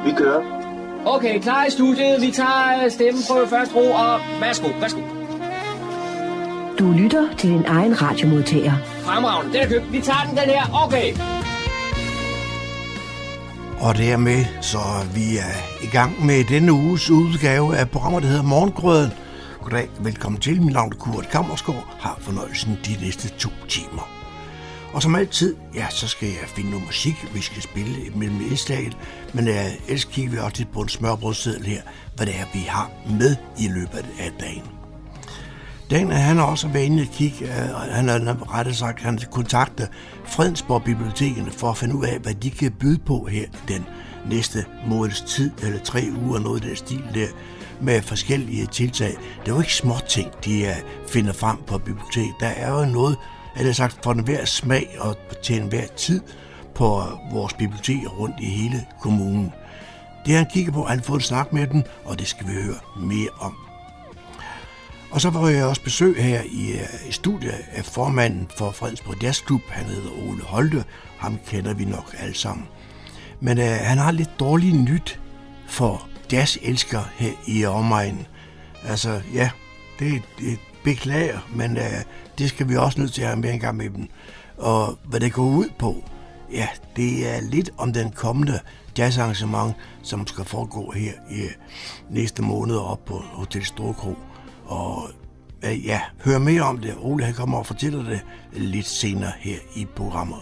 Vi kører. Okay, klar i studiet. Vi tager stemmeprøve først, ro, og værsgo. Du lytter til din egen radiomodtager. Fremragende, den er købt. Vi tager den her. Okay. Og dermed så vi er i gang med denne uges udgave af programmet, der hedder Morgengrøden. Goddag, velkommen til. Mit navn er Kurt Kammersgaard, har fornøjelsen de næste 2 timer. Og som altid, ja, så skal jeg finde noget musik, vi skal spille mellem indslaget. Men ellers kigger vi også lidt på en smørbrødseddel her, hvad det er, vi har med i løbet af dagen. Dan, han har også været inde og kigge, han har rettet sagt, han kontakte Fredensborg Bibliotekerne for at finde ud af, hvad de kan byde på her den næste måneds tid, eller 3 uger, noget af den stil der, med forskellige tiltag. Det er jo ikke små ting, de finder frem på biblioteket. Der er jo noget, eller sagt, for enhver smag og til enhver tid på vores biblioteker rundt i hele kommunen. Det han kigger på, han får en snak med dem, og det skal vi høre mere om. Og så var jeg også besøg her i studiet af formanden for Fredensborg Jazzklub. Han hedder Ole Holte. Ham kender vi nok alle sammen. Men han har lidt dårligt nyt for jazzelskere her i omegnen. Altså, ja, det beklager, men det skal vi også nødt til at have med en gang med dem. Og hvad det går ud på, ja, det er lidt om den kommende jazzarrangement, som skal foregå her i næste måned op på Hotel Storkro. Og ja, hør mere om det. Ole han kommer og fortæller det lidt senere her i programmet.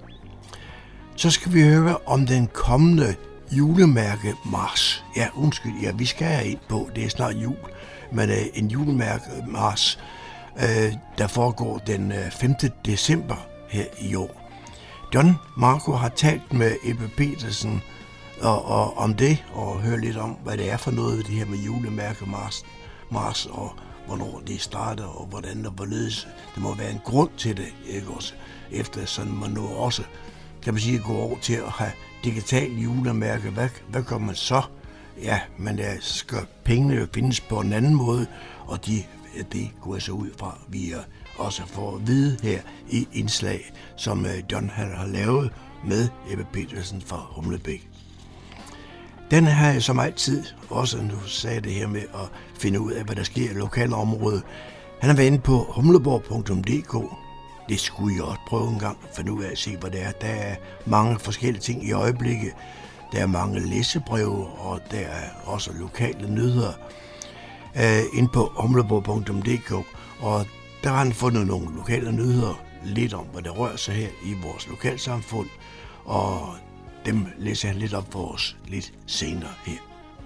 Så skal vi høre om den kommende julemærke Mars. Ja, undskyld, ja, vi skal have ind på, det er snart jul, men en julemærke Mars, der foregår den 5. december her i år. John Marco har talt med Ebbe Petersen og om det, og høre lidt om, hvad det er for noget ved det her med julemærke Mars, og hvornår det starter, og hvordan og hvorledes. Det må være en grund til det, ikke også? Efter sådan man nu også, kan man sige, gå over til at have digital julemærke. Hvad gør man så? Ja, men skal pengene findes på en anden måde, og det går jeg så ud fra, vi også får at vide her i indslag, som John har lavet med Ebbe Petersen fra Humlebæk. Den har jeg som altid, også nu sagde det her med at finde ud af, hvad der sker i lokalområdet. Han har været inde på humleborg.dk. Det skulle jeg også prøve en gang at finde ud af at se, hvad det er. Der er mange forskellige ting i øjeblikket. Der er mange læsebreve, og der er også lokale nyheder inde på humleborg.dk. Og der har han fundet nogle lokale nyheder lidt om, hvad der rører sig her i vores lokalsamfund. Og dem læser han lidt op for os lidt senere her.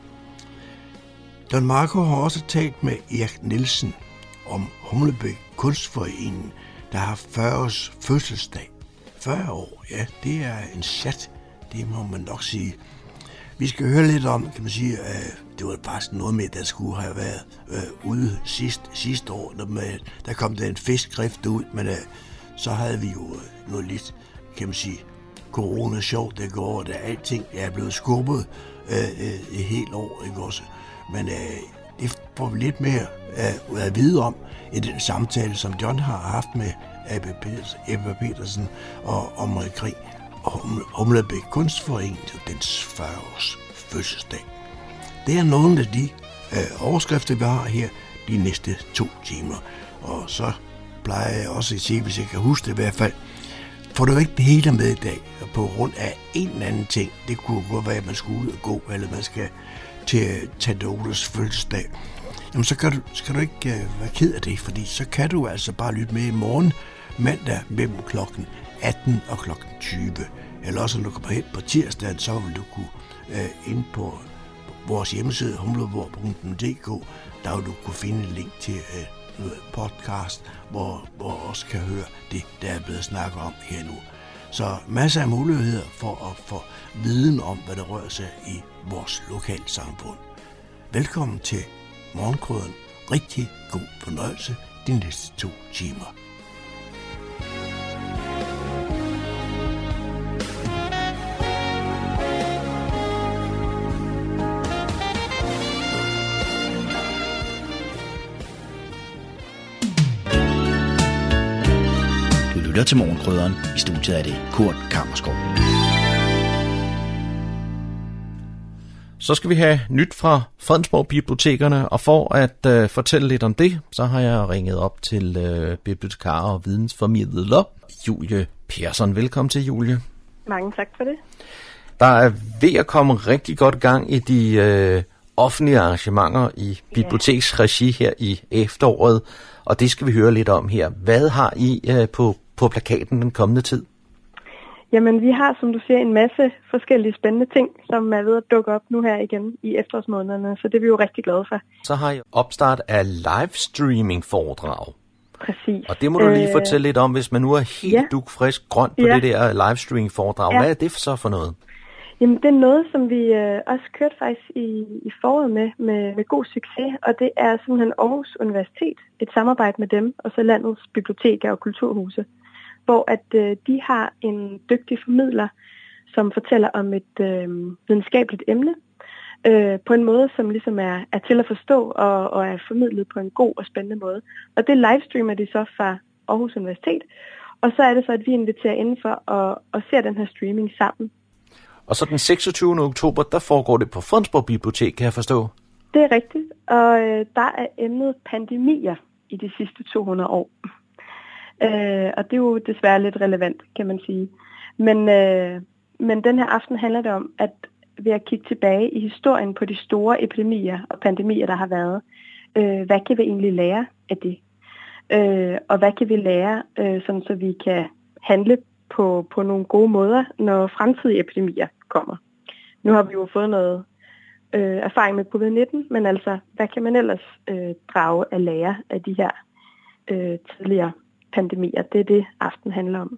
Don Marco har også talt med Erik Nielsen om Humlebæk Kunstforeningen, der har 40 års fødselsdag. 40 år, ja, det er en chat, det må man nok sige. Vi skal høre lidt om, kan man sige, det var faktisk noget med, der skulle have været ude sidste år, der kom der en festskrift ud, men så havde vi jo noget lidt, kan man sige, corona-sjov, det går, der alting er blevet skubbet et helt år, ikke også? Men det får vi lidt mere at vide om i den samtale, som John har haft med Ebbe Petersen og omkring Humlebæk Kunstforening til dens 40 års fødselsdag. Det er nogle af de overskrifter, vi har her de næste 2 timer. Og så plejer jeg også at sige, hvis jeg kan huske det i hvert fald, får du ikke det hele med i dag på grund af en eller anden ting. Det kunne godt være, at man skulle ud og gå, eller man skal til Tadoles fødselsdag. Jamen så skal du ikke være ked af det, fordi så kan du altså bare lytte med i morgen, mandag mellem klokken 18 og klokken 20. Eller også når du kommer hen på tirsdagen, så vil du kunne ind på vores hjemmeside humleborg.dk, der vil du kunne finde en link til podcast, hvor også kan høre det, der er blevet snakket om her nu. Så masser af muligheder for at få viden om, hvad der rører sig i vores lokalsamfund. Velkommen til Morgengrøden. Rigtig god fornøjelse de næste 2 timer. Lytter til Morgenkrydderen. I studiet er det Kurt Kammersgaard. Så skal vi have nyt fra Fredensborg Bibliotekerne, og for at fortælle lidt om det, så har jeg ringet op til bibliotekar og vidensformidler Julie Persson. Velkommen til, Julie. Mange tak for det. Der er ved at komme rigtig godt gang i de offentlige arrangementer i biblioteksregi her i efteråret, og det skal vi høre lidt om her. Hvad har I på plakaten den kommende tid? Jamen, vi har, som du siger, en masse forskellige spændende ting, som er ved at dukke op nu her igen i efterårsmånederne, så det er vi jo rigtig glade for. Så har I opstart af livestreaming-foredrag. Præcis. Og det må du lige fortælle lidt om, hvis man nu er helt dugfrisk grøn på det der livestreaming-foredrag. Hvad er det så for noget? Jamen, det er noget, som vi også kørte faktisk i foråret med god succes, og det er simpelthen Aarhus Universitet, et samarbejde med dem, og så landets biblioteker og kulturhuse, hvor at de har en dygtig formidler, som fortæller om et videnskabeligt emne, på en måde, som ligesom er til at forstå og er formidlet på en god og spændende måde. Og det livestreamer de så fra Aarhus Universitet, og så er det så, at vi inviterer indenfor og ser den her streaming sammen. Og så den 26. oktober, der foregår det på Fredensborg Bibliotek, kan jeg forstå? Det er rigtigt, og der er emnet pandemier i de sidste 200 år. Og det er jo desværre lidt relevant, kan man sige. Men den her aften handler det om, at ved at kigge tilbage i historien på de store epidemier og pandemier, der har været, hvad kan vi egentlig lære af det? Og hvad kan vi lære, sådan så vi kan handle på nogle gode måder, når fremtidige epidemier kommer? Nu har vi jo fået noget erfaring med covid-19, men altså, hvad kan man ellers drage af lære af de her tidligere pandemier? Det er det, aften handler om.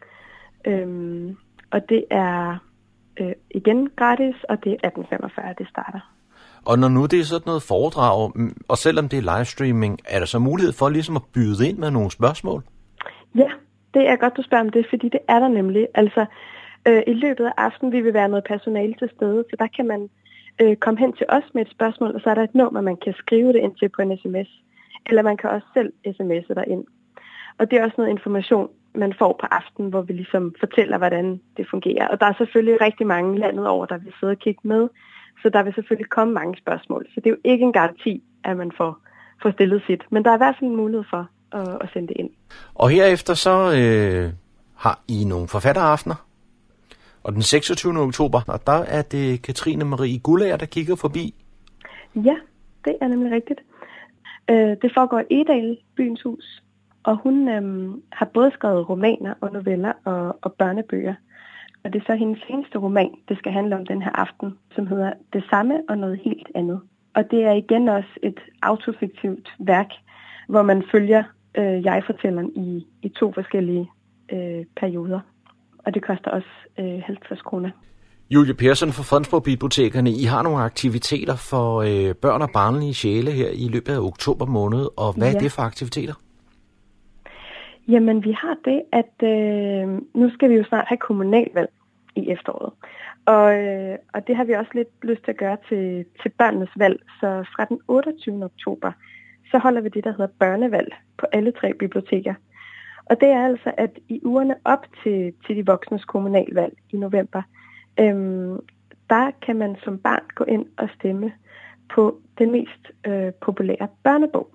Og det er igen gratis, og det er 18:45, det starter. Og når nu det er sådan noget foredrag, og selvom det er livestreaming, er der så mulighed for ligesom at byde ind med nogle spørgsmål? Ja, det er godt, du spørger om det, fordi det er der nemlig. Altså, i løbet af aftenen vil vi være noget personale til stede, så der kan man komme hen til os med et spørgsmål, og så er der et nummer, man kan skrive det ind til på en sms. Eller man kan også selv sms'e derind. Og det er også noget information, man får på aftenen, hvor vi ligesom fortæller, hvordan det fungerer. Og der er selvfølgelig rigtig mange landet over, der vil sidde og kigge med, så der vil selvfølgelig komme mange spørgsmål. Så det er jo ikke en garanti, at man får stillet sit. Men der er i hvert fald en mulighed for at sende det ind. Og herefter så har I nogle forfatteraftener. Og den 26. oktober, og der er det Katrine Marie Guldager, der kigger forbi. Ja, det er nemlig rigtigt. Det foregår i Egedal, Byens Hus. Og hun har både skrevet romaner og noveller og børnebøger. Og det er så hendes seneste roman, det skal handle om den her aften, som hedder Det samme og noget helt andet. Og det er igen også et autofiktivt værk, hvor man følger jeg-fortælleren i 2 forskellige perioder. Og det koster også 50 kroner. Julie Persson fra Fredensborg Bibliotekerne, I har nogle aktiviteter for børn og barnlige sjæle her i løbet af oktober måned. Og hvad er det for aktiviteter? Jamen, vi har det, at nu skal vi jo snart have kommunalvalg i efteråret. Og det har vi også lidt lyst til at gøre til børnenes valg. Så fra den 28. oktober, så holder vi det, der hedder børnevalg på alle 3 biblioteker. Og det er altså, at i ugerne op til de voksnes kommunalvalg i november, der kan man som barn gå ind og stemme på den mest populære børnebog.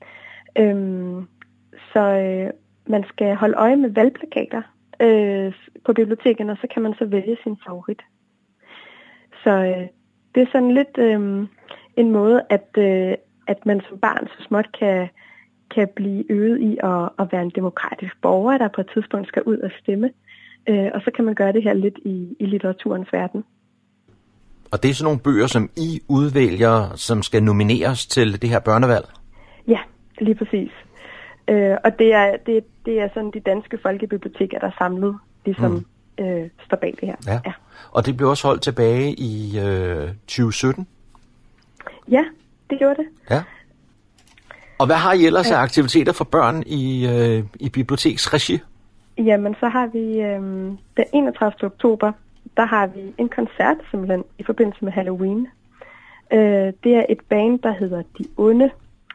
Så man skal holde øje med valgplakater på bibliotekerne, og så kan man så vælge sin favorit. Så det er sådan lidt en måde, at man som barn så småt kan blive øvet i at være en demokratisk borger, der på et tidspunkt skal ud og stemme. Og så kan man gøre det her lidt i litteraturens verden. Og det er sådan nogle bøger, som I udvælger, som skal nomineres til det her børnevalg? Ja, lige præcis. Og det er sådan de danske folkebiblioteker, der samlet ligesom står bag det her. Ja. Og det blev også holdt tilbage i 2017? Ja, det gjorde det. Ja. Og hvad har I ellers af aktiviteter for børn i biblioteksregi? Jamen, så har vi den 31. oktober, der har vi en koncert simpelthen i forbindelse med Halloween. Det er et band, der hedder De Onde,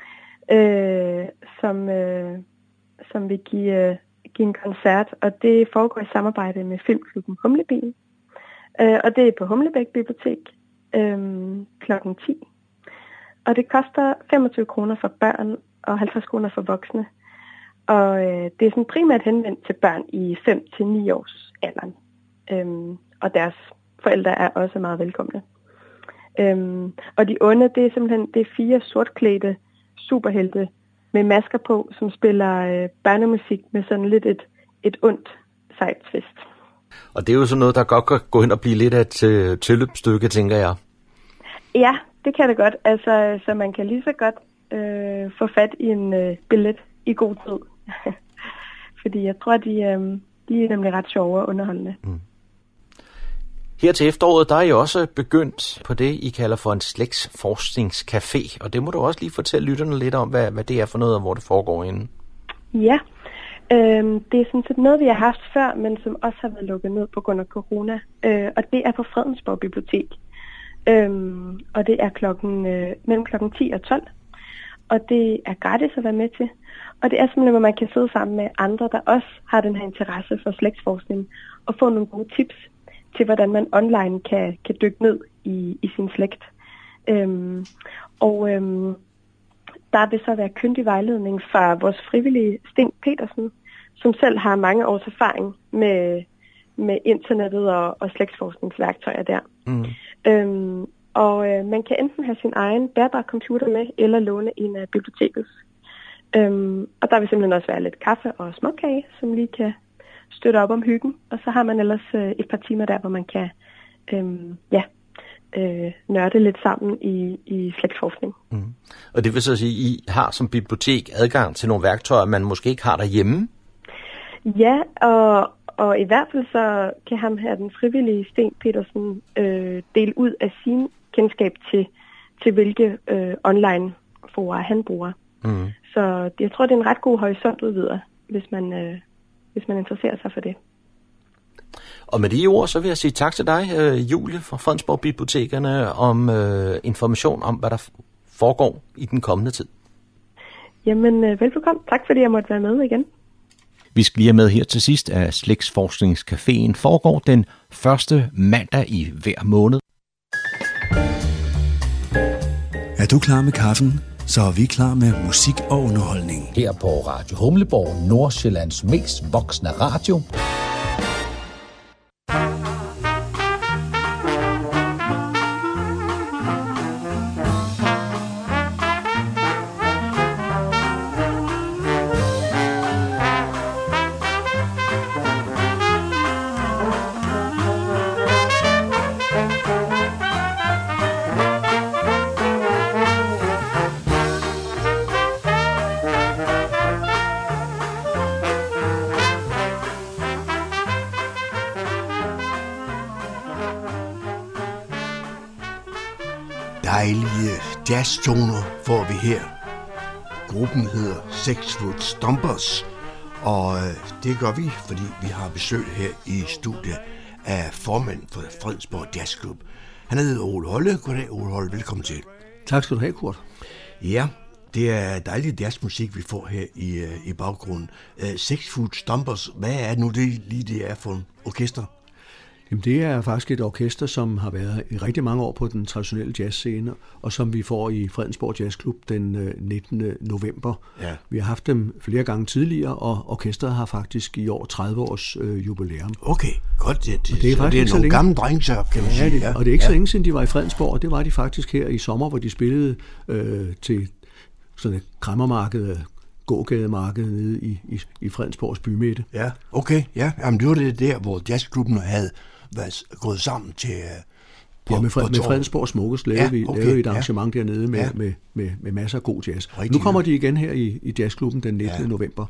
som vil give en koncert, og det foregår i samarbejde med Filmklubben Humlebien. Og det er på Humlebæk Bibliotek, klokken 10. Og det koster 25 kroner for børn og 50 kroner for voksne. Og det er sådan primært henvendt til børn i 5-9 års alderen. Og deres forældre er også meget velkomne. Og de onde, det er simpelthen 4 sortklædte superhelte med masker på, som spiller børnemusik med sådan lidt et ondt sejt twist. Og det er jo sådan noget, der godt kan gå ind og blive lidt af et tilløbsstykke, tænker jeg. Ja, det kan det godt. Altså, så man kan lige så godt få fat i en billet i god tid. Fordi jeg tror, de er nemlig ret sjove og underholdende. Her til efteråret, der er I også begyndt på det, I kalder for en slægtsforskningscafé. Og det må du også lige fortælle lytterne lidt om, hvad det er for noget, og hvor det foregår inde. Ja, det er sådan set noget, vi har haft før, men som også har været lukket ned på grund af corona. Og det er på Fredensborg Bibliotek. Og det er mellem klokken 10 og 12. Og det er gratis at være med til. Og det er simpelthen, hvor man kan sidde sammen med andre, der også har den her interesse for slægtsforskning, og få nogle gode tips til, hvordan man online kan dykke ned i sin slægt. Der vil så være kyndig vejledning fra vores frivillige Sten Petersen, som selv har mange års erfaring med internettet og slægtsforskningsværktøjer der. Man kan enten have sin egen bærbare computer med, eller låne en af bibliotekets. Og der vil simpelthen også være lidt kaffe og småkage, som lige kan støtte op om hyggen. Og så har man ellers et par timer der, hvor man kan nørde lidt sammen i slægtsforskning. Og det vil så sige, at I har som bibliotek adgang til nogle værktøjer, man måske ikke har derhjemme? Ja, og i hvert fald så kan ham her, den frivillige Sten Petersen, dele ud af sin kendskab til hvilke online fora han bruger. Så jeg tror, det er en ret god horisontudvider, hvis man interesserer sig for det. Og med de ord, så vil jeg sige tak til dig, Julie fra Fredensborg Bibliotekerne, om information om, hvad der foregår i den kommende tid. Jamen, velbekomme. Tak fordi jeg måtte være med igen. Vi skal lige have med her til sidst, at Slægtsforskningscaféen foregår den første mandag i hver måned. Er du klar med kaffen? Så er vi klar med musik og underholdning. Her på Radio Humleborg, Nordsjællands mest voksne radio. Dejlige jazztoner får vi her. Gruppen hedder 6 Foot Stompers, og det gør vi, fordi vi har besøg her i studiet af formand for Fredensborg Jazzklub. Han hedder Ole Holde. Goddag, Ole Holde. Velkommen til. Tak skal du have, Kurt. Ja, det er dejlig jazzmusik, vi får her i baggrunden. 6 Foot Stompers, hvad er nu det er for en orkester? Jamen, det er faktisk et orkester, som har været i rigtig mange år på den traditionelle jazzscene, og som vi får i Fredensborg Jazzklub den 19. november. Ja. Vi har haft dem flere gange tidligere, og orkestret har faktisk i år 30 års jubilæum. Okay, godt. Det er nogle gamle drenge, kan man sige. Og det er ikke så længe siden, de var i Fredensborg, og det var de faktisk her i sommer, hvor de spillede til sådan et kræmmermarked, gågademarked nede i Fredensborgs bymidte. Ja, okay. Ja. Jamen, det var det der, hvor jazzklubben havde været gået sammen til med Fredensborg Smukkes lavede vi et arrangement dernede med masser af god jazz. Rigtig. Nu kommer de igen her i jazzklubben den 19. november.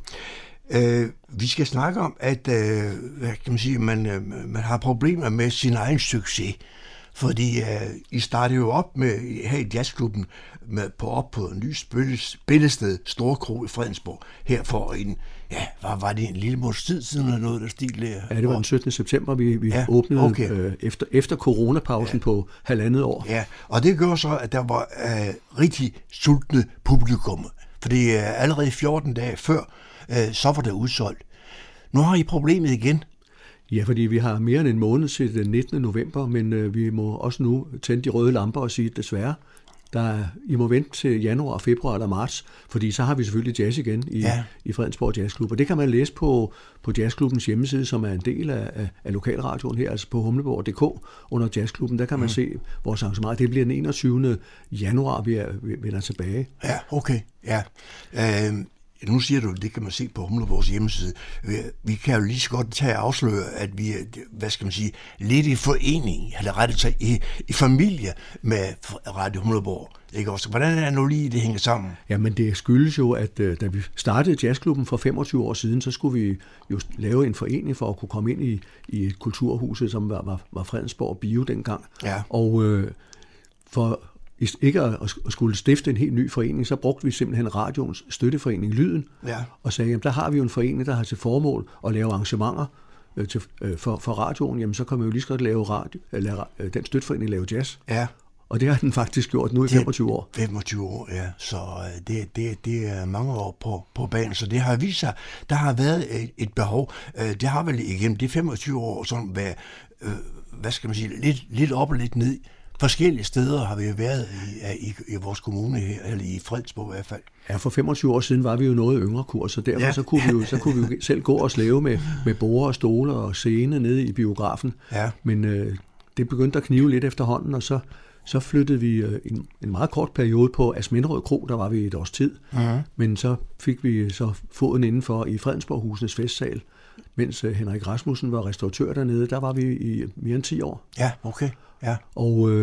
Vi skal snakke om, at hvad kan man sige, man har problemer med sin egen succes. Fordi I startede jo op med her i jazzklubben på en ny spillested, Storkro i Fredensborg, her for var det en lille måneds tid siden eller noget der stil der? Ja, det var den 17. september, vi åbnede efter coronapausen på 1,5 år. Ja, og det gør så, at der var rigtig sultne publikum, fordi allerede 14 dage før, så var det udsolgt. Nu har I problemet igen. Ja, fordi vi har mere end en måned til den 19. november, men vi må også nu tænde de røde lamper og sige, desværre, I må vente til januar, februar eller marts, fordi så har vi selvfølgelig jazz igen i Fredensborg Jazzklub. Og det kan man læse på Jazzklubbens hjemmeside, som er en del af lokalradioen her, altså på humleborg.dk under Jazzklubben. Der kan man se vores arrangement. Det bliver den 21. januar, vi vender tilbage. Ja, okay. Ja. Nu siger du, det kan man se på Humleborgs hjemmeside. Vi kan jo lige så godt tage og afsløre, at vi er, lidt i forening, eller rettet sig i familie med Radio Humleborg. Ikke også? Hvordan er det nu lige, det hænger sammen? Jamen det skyldes jo, at da vi startede Jazzklubben for 25 år siden, så skulle vi jo lave en forening for at kunne komme ind i et kulturhus, som var Fredensborg Bio dengang. Ja. Og for ikke at skulle stifte en helt ny forening, så brugte vi simpelthen radioens støtteforening Lyden, og sagde, jamen der har vi jo en forening, der har til formål at lave arrangementer for radioen, jamen så kan man jo lige så godt lave den støtteforening lave jazz. Ja. Og det har den faktisk gjort nu i 25 år. 25 år, ja. Så det er mange år på banen, så det har vist sig, der har været et behov. Det har vel igennem de 25 år sådan været, lidt op og lidt ned. Forskellige steder har vi jo været i vores kommune her, eller i Fredensborg i hvert fald. Ja, for 25 år siden var vi jo noget yngre kurs, så derfor så kunne vi jo selv gå og slæve med borde og stole og scene nede i biografen. Ja. Men det begyndte at knive lidt efterhånden, og så flyttede vi en meget kort periode på Asminderød Kro, der var vi et års tid. Men så fik vi så foden indenfor i Fredensborghusenes festsal, mens Henrik Rasmussen var restauratør dernede. Der var vi i mere end 10 år. Ja, okay. Ja. Og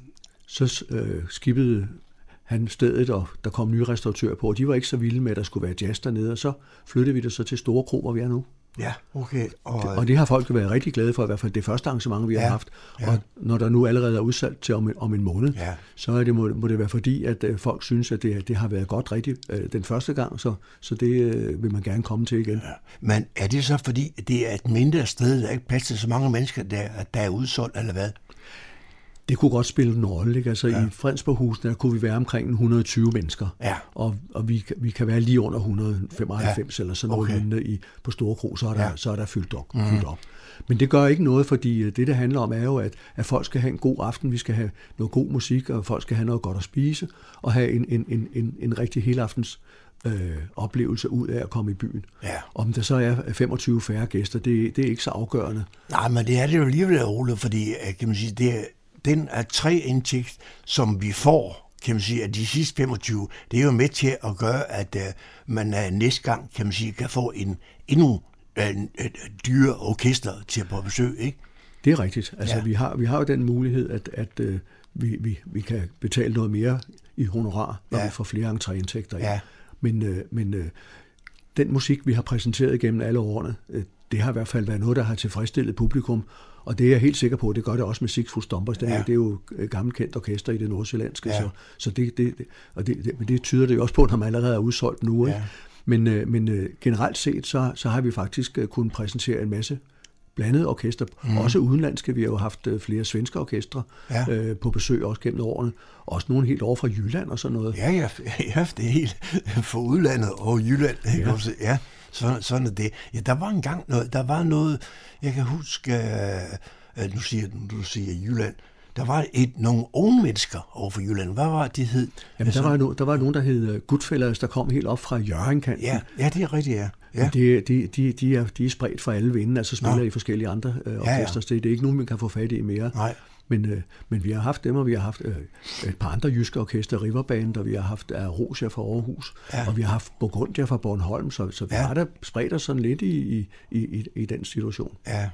så skippede han stedet, og der kom nye restauratører på, og de var ikke så vilde med, at der skulle være jazz dernede, og så flyttede vi det så til Store Kro, hvor vi er nu. Ja, okay. Og det har folk været rigtig glade for, i hvert fald det første arrangement, vi har haft. Ja. Og når der nu allerede er udsalgt til om en måned, så må det være fordi, at folk synes, at det har været godt rigtigt den første gang, så det vil man gerne komme til igen. Ja. Men er det så fordi, det er et mindre sted, der ikke plads til så mange mennesker, der er udsolgt, eller hvad? Det kunne godt spille en rolle, ikke? Altså i Fredensborghusen, der kunne vi være omkring 120 mennesker, og vi kan være lige under 195 eller sådan noget lignende på Store Kro, så er der fyldt op. Men det gør ikke noget, fordi det handler om er jo, at folk skal have en god aften, vi skal have noget god musik, og folk skal have noget godt at spise, og have en rigtig helaftens oplevelse ud af at komme i byen. Ja. Om der så er 25 færre gæster, det er ikke så afgørende. Nej, men det er det jo alligevel, Ole, fordi kan man sige, den er 3 indtægt, som vi får, kan man sige, af de sidste 25, det er jo med til at gøre, at man næste gang, kan man sige, kan få en endnu dyre orkester til på besøg, ikke? Det er rigtigt. Altså, vi har jo den mulighed, at vi kan betale noget mere i honorar, når vi får flere entréindtægter. Ja. Men den musik, vi har præsenteret gennem alle årene, det har i hvert fald været noget, der har tilfredsstillet publikum, og det er jeg helt sikker på, det gør det også med Six Foot Stompers. Det er jo et gammelt kendt orkester i det nordsjællandske, så det tyder det jo også på, når man allerede er udsolgt nu. Ja. Men generelt set, så har vi faktisk kunnet præsentere en masse blandede orkester, også udenlandske. Vi har jo haft flere svenske orkestre på besøg også gennem årene, også nogle helt over fra Jylland og sådan noget. Ja, det er helt fra udlandet og Jylland. Ikke? Også, ja. Sådan er det. Ja, der var noget, jeg kan huske, nu siger Jylland, der var nogle unge mennesker over for Jylland. Hvad var det hed? Jamen, der var nogen, der hed Goodfellas, der kom helt op fra Hjørringkanten. Ja, det er rigtigt, ja. De er spredt fra alle vinde, altså spiller i forskellige andre orkester. Det er ikke nogen, man kan få fat i mere. Nej. Men vi har haft dem, og vi har haft et par andre jyske orkester, Riverband, og vi har haft Arosia fra Aarhus, og vi har haft Burgundia fra Bornholm, så vi har da spredt os sådan lidt i den situation. Ja.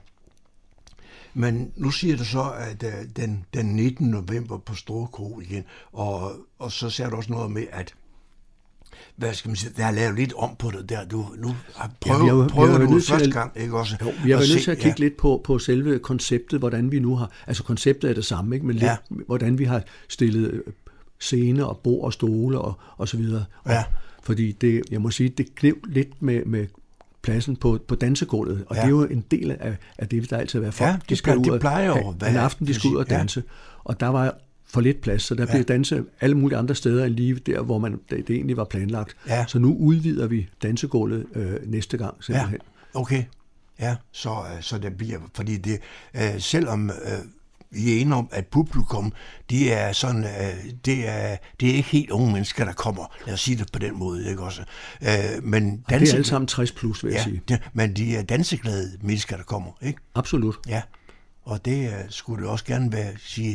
Men nu siger du så, at den 19. november på Store Kro igen, og så ser du også noget med, at hvad skal man sige, der er lavet lidt om på det der. Du har prøvet du første gang, ikke også? Jo, vi har været nødt til at kigge lidt på selve konceptet, hvordan vi nu har, altså konceptet er det samme, ikke? Men lidt, hvordan vi har stillet scene og bord og stole og så videre. Fordi jeg må sige, det knev lidt med pladsen på dansegulvet, og det er jo en del af det, der altid har været folk. Det plejer jo en aften, de skal ud og danse, og der var for lidt plads, så der bliver danset alle mulige andre steder end lige der, hvor det egentlig var planlagt. Ja. Så nu udvider vi dansegulvet næste gang simpelthen. Ja. Okay. Ja, så det bliver, fordi det, selvom vi er enige om, at publikum, de er sådan, det er ikke helt unge mennesker, der kommer. Lad os sige det på den måde, ikke også? Men det er alle sammen 60 plus, vil jeg sige. Men de er danseglade mennesker, der kommer, ikke? Absolut. Ja, og det skulle det også gerne være,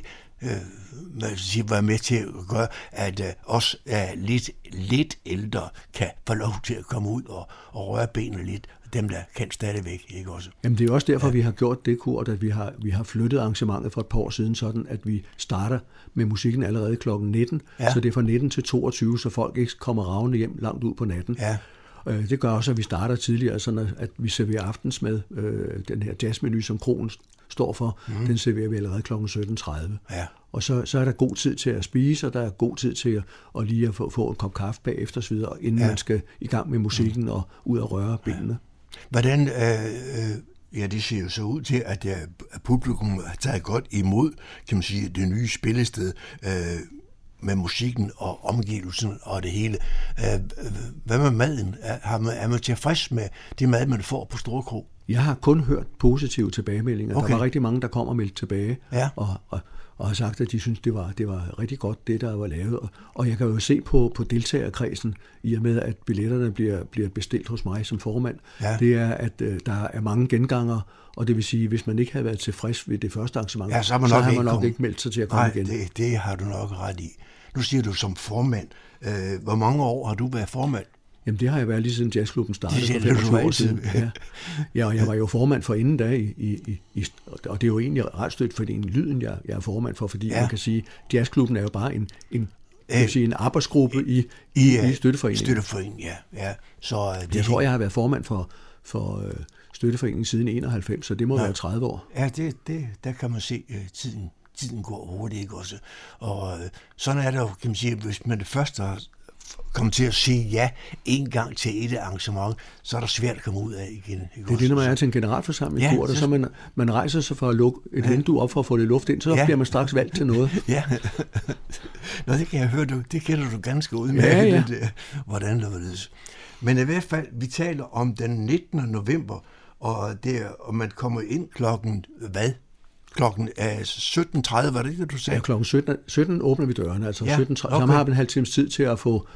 være med til at gøre, at os lidt ældre kan få lov til at komme ud og røre benene lidt. Dem, der kan stadigvæk, ikke også? Jamen, det er også derfor, vi har gjort det, Kurt, at vi har flyttet arrangementet for et par år siden, sådan at vi starter med musikken allerede kl. 19, så det er fra 19 til 22, så folk ikke kommer ravende hjem langt ud på natten. Ja. Det gør også, at vi starter tidligere, sådan at vi serverer aftensmad. Den her jazzmenu, som Kronen står for, den serverer vi allerede kl. 17.30. Ja. Og så er der god tid til at spise, og der er god tid til at lige at få en kop kaffe bagefter osv., inden man skal i gang med musikken og ud og røre benene. Hvordan, det ser jo så ud til, at publikum har taget godt imod, kan man sige, det nye spillested med musikken og omgivelsen og det hele. Hvad med maden? Er man tilfreds med det mad, man får på Store Kro? Jeg har kun hørt positive tilbagemeldinger. Okay. Der var rigtig mange, der kom og meldte tilbage og har sagt, at de synes, det var rigtig godt, det der var lavet. Og jeg kan jo se på deltagerkredsen, i og med, at billetterne bliver bestilt hos mig som formand, det er, at der er mange genganger, og det vil sige, hvis man ikke havde været tilfreds ved det første arrangement, så har man nok ikke meldt sig til at komme igen. Nej, det har du nok ret i. Nu siger du som formand. Hvor mange år har du været formand? Jamen, det har jeg været lige siden jazzklubben startede for 25 år siden. Ja, og jeg var jo formand for inden da, og det er jo egentlig ret stødt for den Lyden, jeg er formand for, fordi man kan sige, jazzklubben er jo bare en arbejdsgruppe i støtteforeningen. Støtteforeningen, ja. Så, jeg tror, jeg har været formand for støtteforeningen siden 91, så det må være 30 år. Ja, der kan man se tiden går hurtigt, ikke også? Og sådan er det jo, kan man sige, hvis man det første har kommet til at sige ja en gang til et arrangement, så er det svært at komme ud af igen. Det er det, når man er til en generalforsamling, og så man rejser sig for at lukke et vindue op for at få det luft ind, så bliver man straks valgt til noget. Ja, nå, det kan jeg høre, det kender du ganske udmærket, hvordan det var det. Men i hvert fald, vi taler om den 19. november, og man kommer ind klokken hvad? Klokken 17.30, var det ikke det, du sagde? Ja, klokken 17 åbner vi dørene, altså 17.30. Okay. Så har vi en halv times tid til at få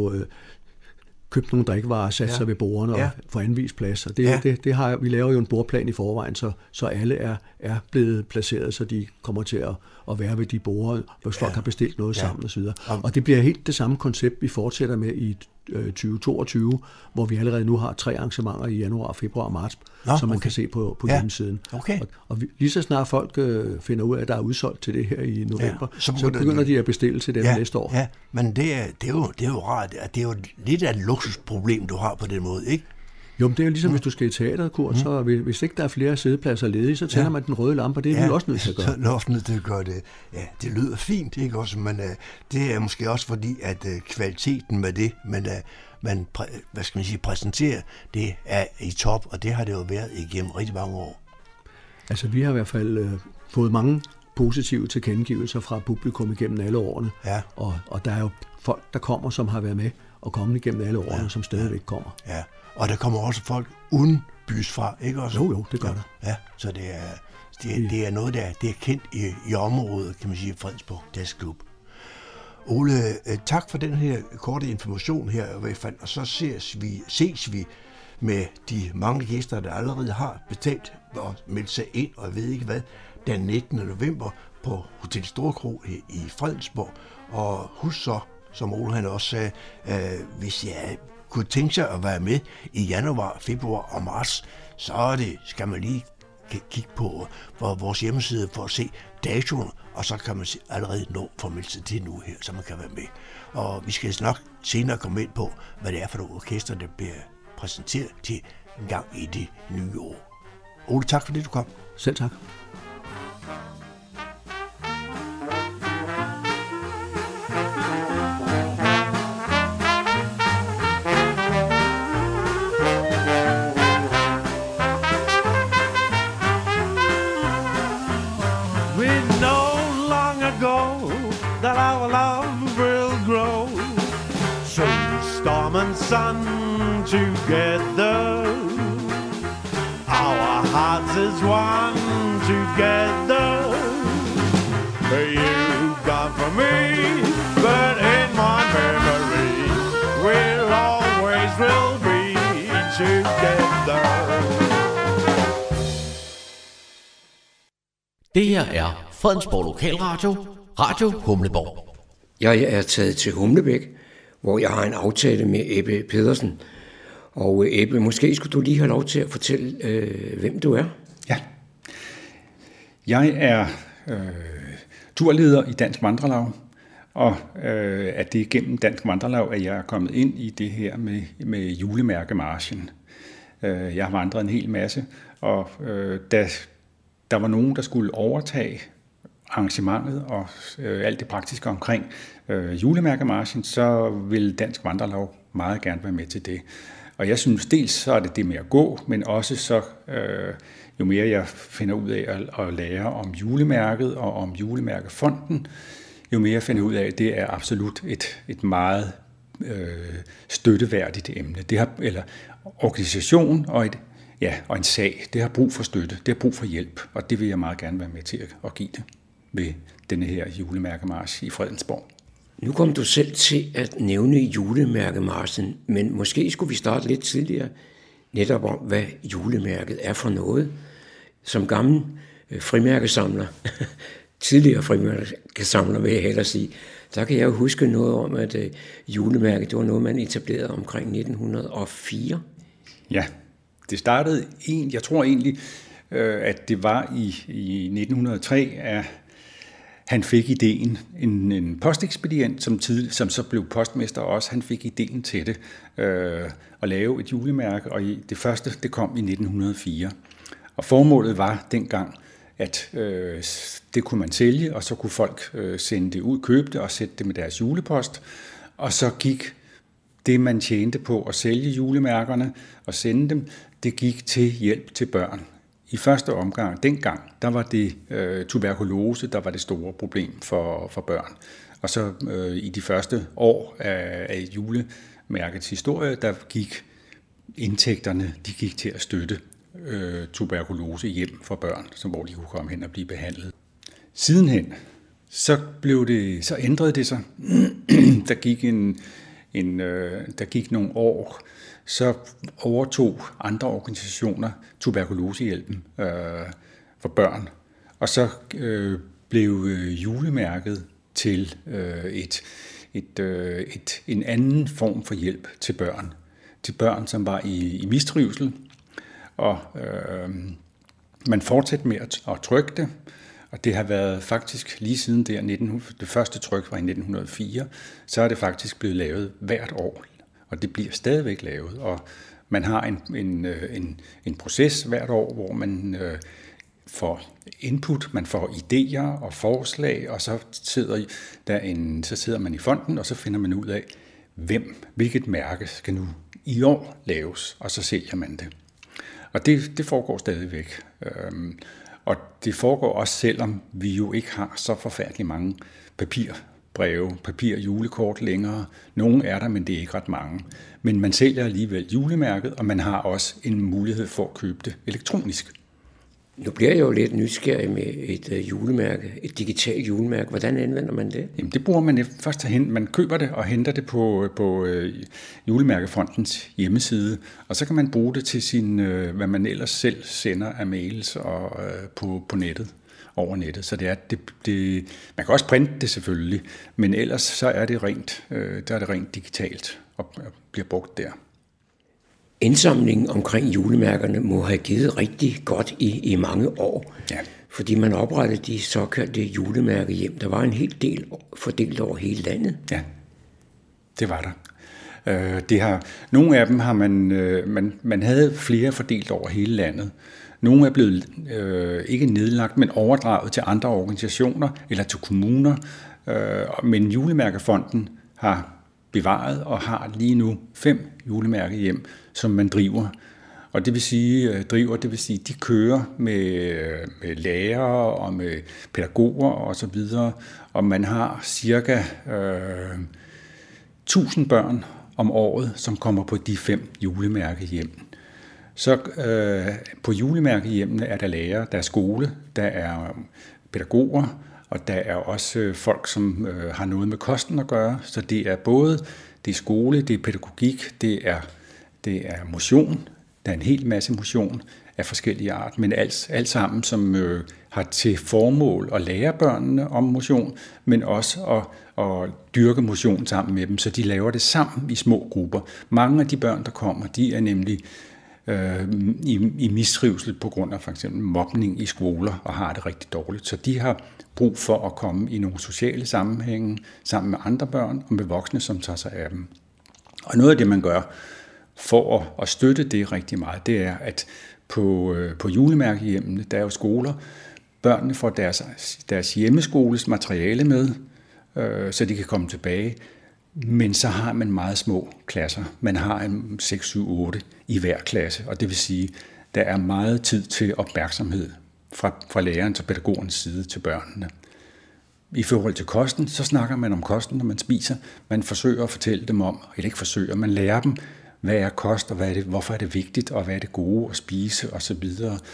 købt nogle drikkevarer, sat sig ved bordene og få anvist plads. Og det har vi laver jo en bordplan i forvejen, så alle er blevet placeret, så de kommer til at være ved de borde, hvis folk har bestilt noget sammen osv. Og det bliver helt det samme koncept, vi fortsætter med i 2022, hvor vi allerede nu har 3 arrangementer i januar, februar og marts, som man kan se på hjemmesiden. Okay. Og lige så snart folk finder ud af, at der er udsolgt til det her i november, så begynder de at bestille til dem næste år. Ja, men det er jo rart. Det er jo lidt af et luksusproblem, du har på den måde, ikke? Jo, men det er jo ligesom, hvis du skal i teateret, Kurt, så hvis ikke der er flere sædepladser ledige, så tænder man den røde lampe, og det er vi også nødt til at gøre. Så er også nødt til at gøre det. Ja, det lyder fint, ikke også? Men det er måske også fordi, at kvaliteten med det, man præsenterer, det er i top, og det har det jo været igennem rigtig mange år. Altså, vi har i hvert fald fået mange positive tilkendegivelser fra publikum igennem alle årene, og der er jo folk, der kommer, som har været med og kommet igennem alle årene, som stadigvæk kommer. Ja. Og der kommer også folk uden bys fra, ikke også? Jo, det gør der. Ja, så det er noget, der er kendt i området, kan man sige, Fredensborg Jazzklub. Ole, tak for den her korte information her i hvert fald, og så ses vi med de mange gæster, der allerede har betalt og meldt sig ind, og jeg ved ikke hvad, den 19. november på Hotel Store Kro i Fredensborg. Og husk så, som Ole han også sagde, hvis jeg kunne tænke sig at være med i januar, februar og marts, så skal man lige kigge på vores hjemmeside for at se datoen, og så kan man allerede nå formelt sig til nu her, så man kan være med. Og vi skal nok senere komme ind på, hvad det er for nogle orkester, der bliver præsenteret til en gang i det nye år. Ole, tak for det, du kom. Selv tak. That our love will grow, so storm and sun together, our hearts as one together. You got for me, but in my memory, we'll always will be together. Det her er Fredensborg Lokalradio, Radio Humleborg. Jeg er taget til Humlebæk, hvor jeg har en aftale med Ebbe Pedersen. Og Ebbe, måske skulle du lige have lov til at fortælle, hvem du er? Ja. Jeg er turleder i Dansk Vandrelaug, og at det er gennem Dansk Vandrelaug, at jeg er kommet ind i det her med julemærkemarchen. Jeg har vandret en hel masse, og da der var nogen, der skulle overtage arrangementet og alt det praktiske omkring julemærkemarchen, så ville Dansk Vandrelaug meget gerne være med til det. Og jeg synes dels, så er det med at gå, men også så, jo mere jeg finder ud af at lære om julemærket og om julemærkefonden, jo mere jeg finder ud af, at det er absolut et meget støtteværdigt emne. Det har, eller organisation og en sag, det har brug for støtte, det har brug for hjælp, og det vil jeg meget gerne være med til at give det ved denne her julemærkemarch i Fredensborg. Nu kom du selv til at nævne julemærkemarchen, men måske skulle vi starte lidt tidligere netop om, hvad julemærket er for noget. Som gammel frimærkesamler, tidligere frimærkesamler vil jeg hellere sige, der kan jeg jo huske noget om, at julemærket, det var noget, man etablerede omkring 1904. Ja, det startede, jeg tror egentlig, at det var i 1903, at han fik ideen, en postekspedient, som så blev postmester også, han fik ideen til det, at lave et julemærke, og det første, det kom i 1904. Og formålet var dengang, at det kunne man sælge, og så kunne folk sende det ud, købe det og sætte det med deres julepost, og så gik det, man tjente på at sælge julemærkerne og sende dem, det gik til hjælp til børn. I første omgang, dengang, der var det tuberkulose, der var det store problem for børn. Og så i de første år af julemærkets historie, der gik indtægterne, de gik til at støtte tuberkulose hjem for børn, hvor de kunne komme hen og blive behandlet. Sidenhen, så ændrede det sig. Der gik nogle år, så overtog andre organisationer tuberkulosehjælpen for børn. Og så blev julemærket til en anden form for hjælp til børn. Til børn, som var i mistrivsel. Og man fortsatte med at trykke det. Og det har været faktisk lige siden det første tryk var i 1904, så er det faktisk blevet lavet hvert år. Og det bliver stadigvæk lavet, og man har en proces hvert år, hvor man får input, man får idéer og forslag, og så sidder man i fonden, og så finder man ud af, hvilket mærke skal nu i år laves, og så sælger man det. Og det foregår stadigvæk. Og det foregår også, selvom vi jo ikke har så forfærdeligt mange papirjulekort længere. Nogle er der, men det er ikke ret mange. Men man sælger alligevel julemærket, og man har også en mulighed for at købe det elektronisk. Nu bliver jeg jo lidt nysgerrig med et julemærke, et digitalt julemærke. Hvordan anvender man det? Jamen, det bruger man først hen. Man køber det og henter det på Julemærkefondens hjemmeside, og så kan man bruge det til hvad man ellers selv sender af mails og på nettet, over nettet. Så man kan også printe det selvfølgelig, men ellers så er det rent digitalt og bliver brugt der. Indsamlingen omkring julemærkerne må have givet rigtig godt i mange år, ja. Fordi man oprettede de såkaldte julemærkehjem. Der var en hel del fordelt over hele landet. Ja, det var der. Nogle af dem har man havde flere fordelt over hele landet. Nogle er blevet ikke nedlagt, men overdraget til andre organisationer eller til kommuner. Men Julemærkefonden har bevaret og har lige nu 5 julemærkehjem, som man driver. Og det vil sige, de kører med lærere og med pædagoger og så videre, og man har cirka 1000 børn om året, som kommer på de 5 julemærkehjem. Så på julemærkehjemmene er der lærere, der er skole, der er pædagoger, og der er også folk, som har noget med kosten at gøre. Så det er både det er skole, det er pædagogik, det er motion. Der er en hel masse motion af forskellige art, men alt sammen, som har til formål at lære børnene om motion, men også at dyrke motion sammen med dem, så de laver det sammen i små grupper. Mange af de børn, der kommer, de er nemlig i mistrivsel på grund af for eksempel mobning i skoler og har det rigtig dårligt. Så de har brug for at komme i nogle sociale sammenhænge sammen med andre børn og med voksne, som tager sig af dem. Og noget af det, man gør for at støtte det rigtig meget, det er, at på julemærkehjemmene, der er jo skoler, børnene får deres hjemmeskoles materiale med, så de kan komme tilbage. Men så har man meget små klasser. Man har en 6, 7, 8 i hver klasse, og det vil sige, der er meget tid til opmærksomhed fra lærerens og pædagogens side til børnene. I forhold til kosten, så snakker man om kosten, når man spiser. Man forsøger at fortælle dem om, eller ikke forsøger, man lærer dem, hvad er kost, og hvorfor er det vigtigt, og hvad er det gode at spise, osv.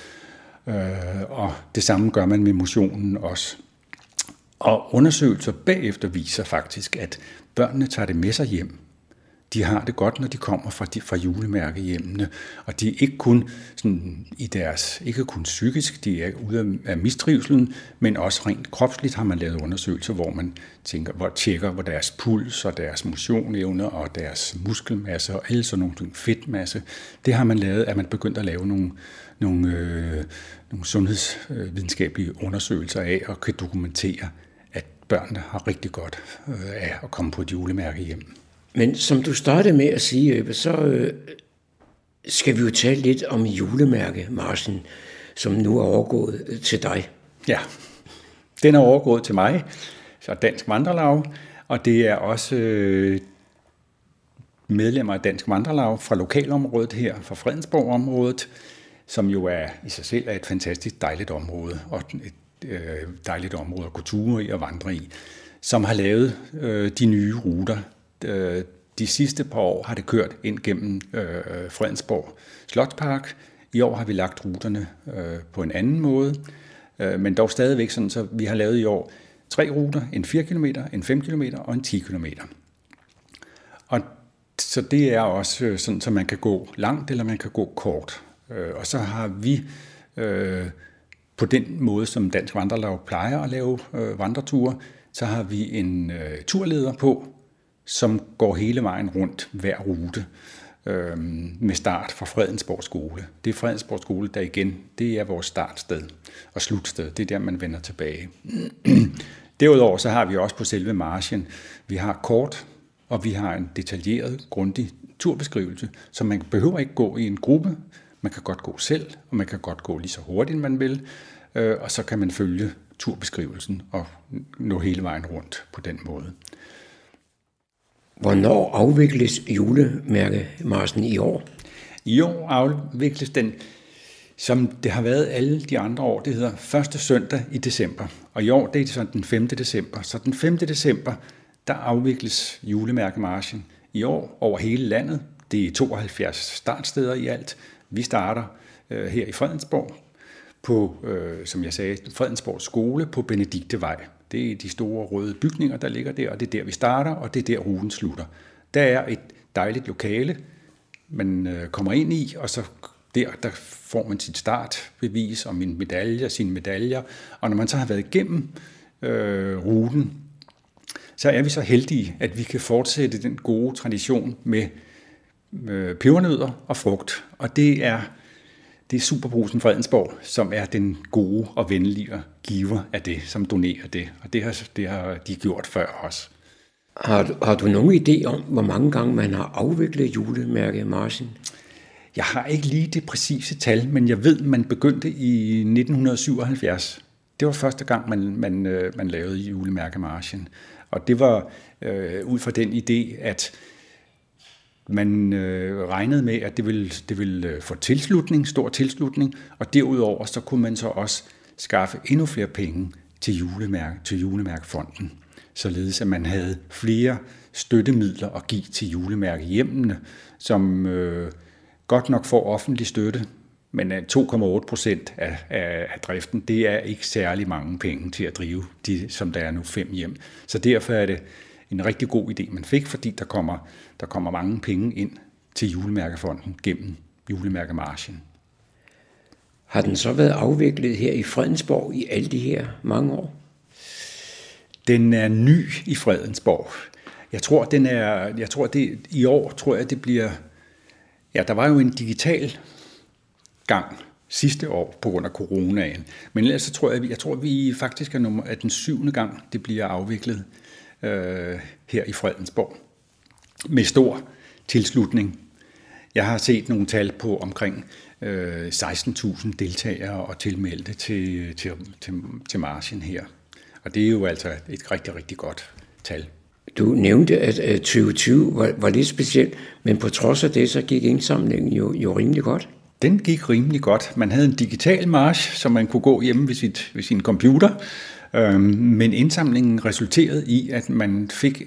Og det samme gør man med motionen også. Og undersøgelser bagefter viser faktisk, at børnene tager det med sig hjem. De har det godt, når de kommer fra julemærkehjemmene, og de er ikke kun sådan ikke kun psykisk, de er ude af mistrivselen, men også rent kropsligt har man lavet undersøgelser, hvor man tjekker, hvor deres puls og deres motionevne og deres muskelmasse og alle sådan nogle fedtmasse. Det har man lavet, at man begyndt at lave nogle sundhedsvidenskabelige undersøgelser af og kan dokumentere, at børnene har rigtig godt af at komme på et julemærkehjem. Men som du startede med at sige, så skal vi jo tale lidt om julemærkemarchen, som nu er overgået til dig. Ja, den er overgået til mig, så Dansk Vandrelaug, og det er også medlemmer af Dansk Vandrelaug fra lokalområdet her, fra Fredensborg-området, som jo i sig selv er et fantastisk dejligt område, og et dejligt område at gå ture i og vandre i, som har lavet de nye ruter. De sidste par år har det kørt ind gennem Fredensborg Slotspark. I år har vi lagt ruterne på en anden måde, men dog stadigvæk sådan, så vi har lavet i år 3 ruter, en 4 km, en 5 km og en 10 km. Og så det er også sådan, så man kan gå langt, eller man kan gå kort. Og så har vi på den måde, som Dansk Vandrelaug plejer at lave vandreture, så har vi en turleder på, som går hele vejen rundt hver rute med start fra Fredensborg Skole. Det er Fredensborg Skole, der igen, det er vores startsted og slutsted. Det er der, man vender tilbage. Derudover så har vi også på selve marchen, vi har kort, og vi har en detaljeret, grundig turbeskrivelse, så man behøver ikke gå i en gruppe. Man kan godt gå selv, og man kan godt gå lige så hurtigt, man vil, og så kan man følge turbeskrivelsen og nå hele vejen rundt på den måde. Hvornår afvikles julemærkemarchen i år? I år afvikles den, som det har været alle de andre år. Det hedder første søndag i december. Og i år det er det sådan den 5. december. Så den 5. december, der afvikles julemærkemarchen i år over hele landet. Det er 72 startsteder i alt. Vi starter her i Fredensborg på, som jeg sagde, Fredensborg Skole på Benediktevej. Det er de store røde bygninger, der ligger der, og det er der, vi starter, og det er der, ruten slutter. Der er et dejligt lokale, man kommer ind i, og så der får man sit startbevis og sine medaljer. Og når man så har været igennem ruten, så er vi så heldige, at vi kan fortsætte den gode tradition med pebernødder og frugt. Og det er Superbrugsen Fredensborg, som er den gode og venlige giver af det, som donerer det. Og det har de gjort før os. Har du nogen idé om, hvor mange gange man har afviklet julemærkemarchen? Jeg har ikke lige det præcise tal, men jeg ved, man begyndte i 1977. Det var første gang, man lavede julemærkemarchen. Og det var ud fra den idé, at man regnede med, at det ville få stor tilslutning, og derudover så kunne man så også skaffe endnu flere penge til julemærkefonden, således at man havde flere støttemidler at give til julemærkehjemmene, som godt nok får offentlig støtte, men 2,8% af driften, det er ikke særlig mange penge til at drive de, som der er nu 5 hjem. Så derfor er det en rigtig god idé, man fik, fordi der kommer mange penge ind til Julemærkefonden gennem julemærkemarchen. Har den så været afviklet her i Fredensborg i alle de her mange år? Den er ny i Fredensborg. I år tror jeg, det bliver... Ja, der var jo en digital gang sidste år på grund af coronaen. Men ellers så tror vi faktisk er den 7. gang, det bliver afviklet her i Fredensborg. Med tilslutning. Jeg har set nogle tal på omkring 16.000 deltagere og tilmeldte til marchen her. Og det er jo altså et rigtig, rigtig godt tal. Du nævnte, at 2020 var lidt specielt, men på trods af det, så gik indsamlingen jo rimelig godt. Den gik rimelig godt. Man havde en digital march, som man kunne gå hjemme ved sin computer, men indsamlingen resulterede i, at man fik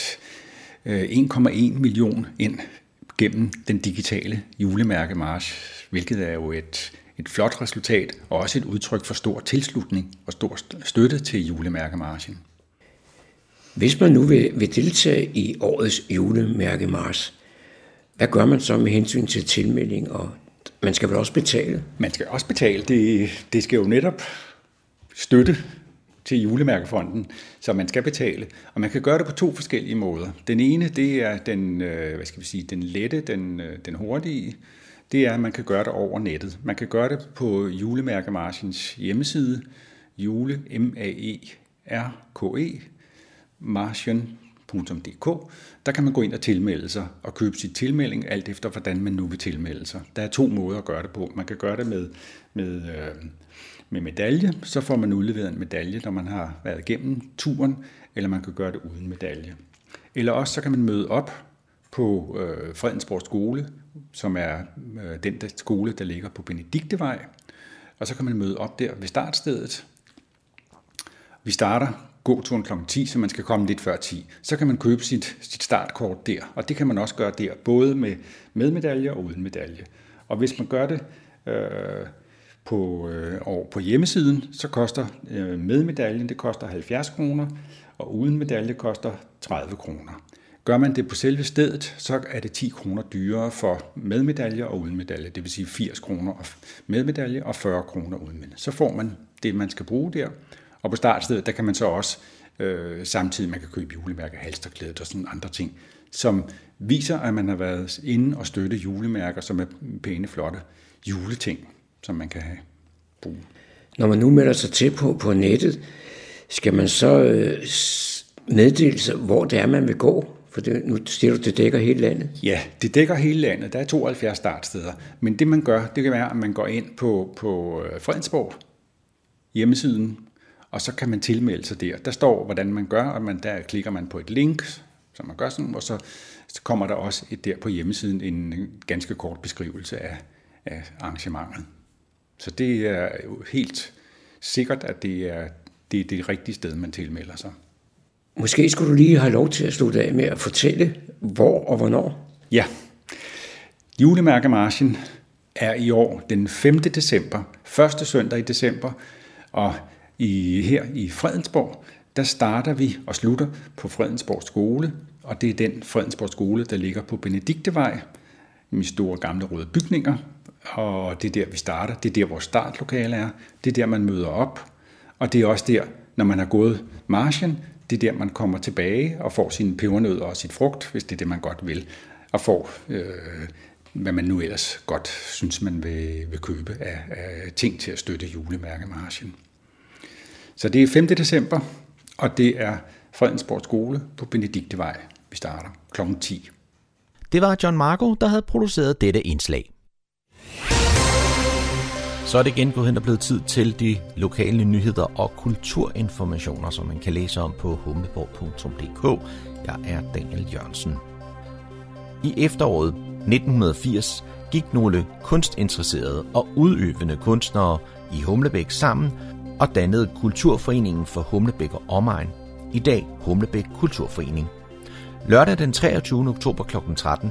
1,1 million ind gennem den digitale julemærkemarch, hvilket er jo et flot resultat, og også et udtryk for stor tilslutning og stor støtte til julemærkemarchen. Hvis man nu vil deltage i årets julemærkemarch, hvad gør man så med hensyn til tilmelding? Og man skal vel også betale? Man skal også betale. Det skal jo netop støtte til Julemærkefonden, så man skal betale. Og man kan gøre det på 2 forskellige måder. Den ene, det er den lette, den hurtige. Det er, at man kan gøre det over nettet. Man kan gøre det på Julemærkemarchens hjemmeside, marchen.dk. Der kan man gå ind og tilmelde sig og købe sit tilmelding, alt efter hvordan man nu vil tilmelde sig. Der er 2 måder at gøre det på. Man kan gøre det med medalje, så får man udleveret en medalje, når man har været igennem turen, eller man kan gøre det uden medalje. Eller også så kan man møde op på Fredensborg skole, som er den skole, der ligger på Benediktevej, og så kan man møde op der ved startstedet. Vi starter gåturen kl. 10, så man skal komme lidt før 10. Så kan man købe sit startkort der, og det kan man også gøre der, både med medalje og uden medalje. Og hvis man gør det på hjemmesiden, så koster medaljen, det koster 70 kroner, og uden medalje koster 30 kroner. Gør man det på selve stedet, så er det 10 kroner dyrere for medalje og uden medalje, det vil sige 80 kroner med medalje og 40 kroner uden medalje. Så får man det, man skal bruge der. Og på startstedet, der kan man så også samtidig, man kan købe julemærker, halsterklædet og sådan andre ting, som viser, at man har været inde og støtte julemærker, som er pæne, flotte juleting, som man kan have brug. Når man nu melder sig til på nettet, skal man så meddele sig, hvor det er, man vil gå? For nu siger du, det dækker hele landet. Ja, det dækker hele landet. Der er 72 startsteder. Men det man gør, det kan være, at man går ind på Fredensborg hjemmesiden, og så kan man tilmelde sig der. Der står, hvordan man gør, og der klikker man på et link, som man gør sådan, og så kommer der også der på hjemmesiden en ganske kort beskrivelse af arrangementet. Så det er jo helt sikkert, at det er det rigtige sted, man tilmelder sig. Måske skulle du lige have lov til at slutte af med at fortælle, hvor og hvornår. Ja, Julemærkemarchen er i år den 5. december, første søndag i december, og her i Fredensborg, der starter vi og slutter på Fredensborg skole, og det er den Fredensborg skole, der ligger på Benediktevej, med store gamle røde bygninger, og det er der, vi starter. Det er der, vores startlokale er. Det er der, man møder op, og det er også der, når man har gået marchen, det er der, man kommer tilbage og får sine pebernødder og sit frugt, hvis det er det, man godt vil, og får, hvad man nu ellers godt synes, man vil købe af ting til at støtte julemærkemarchen. Så det er 5. december, og det er Fredensborg skole på Benediktevej, vi starter kl. 10. Det var John Marco, der havde produceret dette indslag. Så er det igen gået hen og blevet tid til de lokale nyheder og kulturinformationer, som man kan læse om på humleborg.dk. Jeg er Daniel Jørgensen. I efteråret 1980 gik nogle kunstinteresserede og udøvende kunstnere i Humlebæk sammen og dannede Kulturforeningen for Humlebæk og Omegn, i dag Humlebæk Kulturforening. Lørdag den 23. oktober kl. 13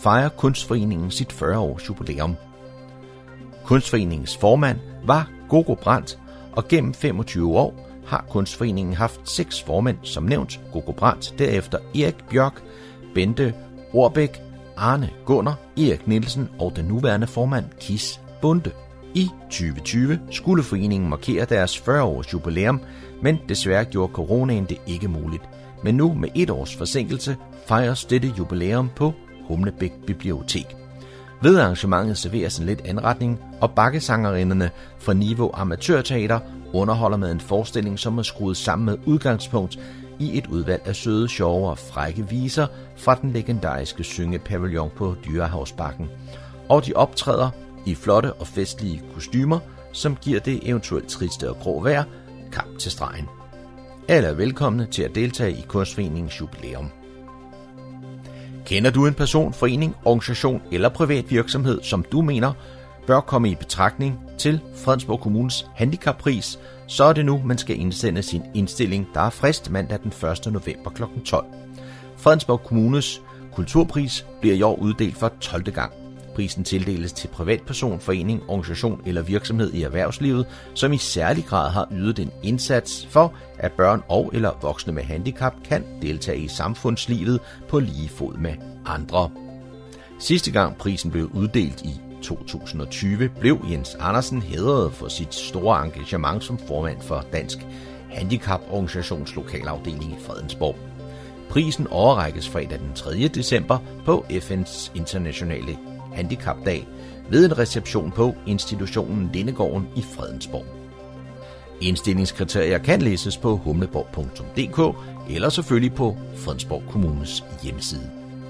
fejrer Kunstforeningen sit 40-års jubilæum. Kunstforeningens formand var Gogo Brandt, og gennem 25 år har Kunstforeningen haft 6 formænd, som nævnt Gogo Brandt, derefter Erik Bjørk, Bente Orbæk, Arne Gunnar, Erik Nielsen og den nuværende formand Kis Bunde. I 2020 skulle foreningen markere deres 40-års jubilæum, men desværre gjorde coronaen det ikke muligt. Men nu med 1 års forsinkelse fejres dette jubilæum på Humlebæk Bibliotek. Ved arrangementet serveres en lidt anretning, og bakkesangerinderne fra Niveau Amatørteater underholder med en forestilling, som er skruet sammen med udgangspunkt i et udvalg af søde, sjove og frække viser fra den legendariske syngepavillon på Dyrehavsbakken. Og de optræder i flotte og festlige kostymer, som giver det eventuelt triste og grå vejr kamp til stregen. Alle er velkomne til at deltage i Kunstforeningens jubilæum. Kender du en person, forening, organisation eller privat virksomhed, som du mener bør komme i betragtning til Fredensborg Kommunes handicappris, så er det nu, man skal indsende sin indstilling, der er frist mandag den 1. november kl. 12. Fredensborg Kommunes kulturpris bliver i år uddelt for 12. gang. Prisen tildeles til privatperson, forening, organisation eller virksomhed i erhvervslivet, som i særlig grad har ydet en indsats for, at børn og eller voksne med handicap kan deltage i samfundslivet på lige fod med andre. Sidste gang prisen blev uddelt i 2020, blev Jens Andersen hædret for sit store engagement som formand for Dansk Handicaporganisations lokalafdeling i Fredensborg. Prisen overrækkes fredag den 3. december på FN's internationale handicapdag ved en reception på institutionen Lindegården i Fredensborg. Indstillingskriterier kan læses på humleborg.dk eller selvfølgelig på Fredensborg Kommunes hjemmeside.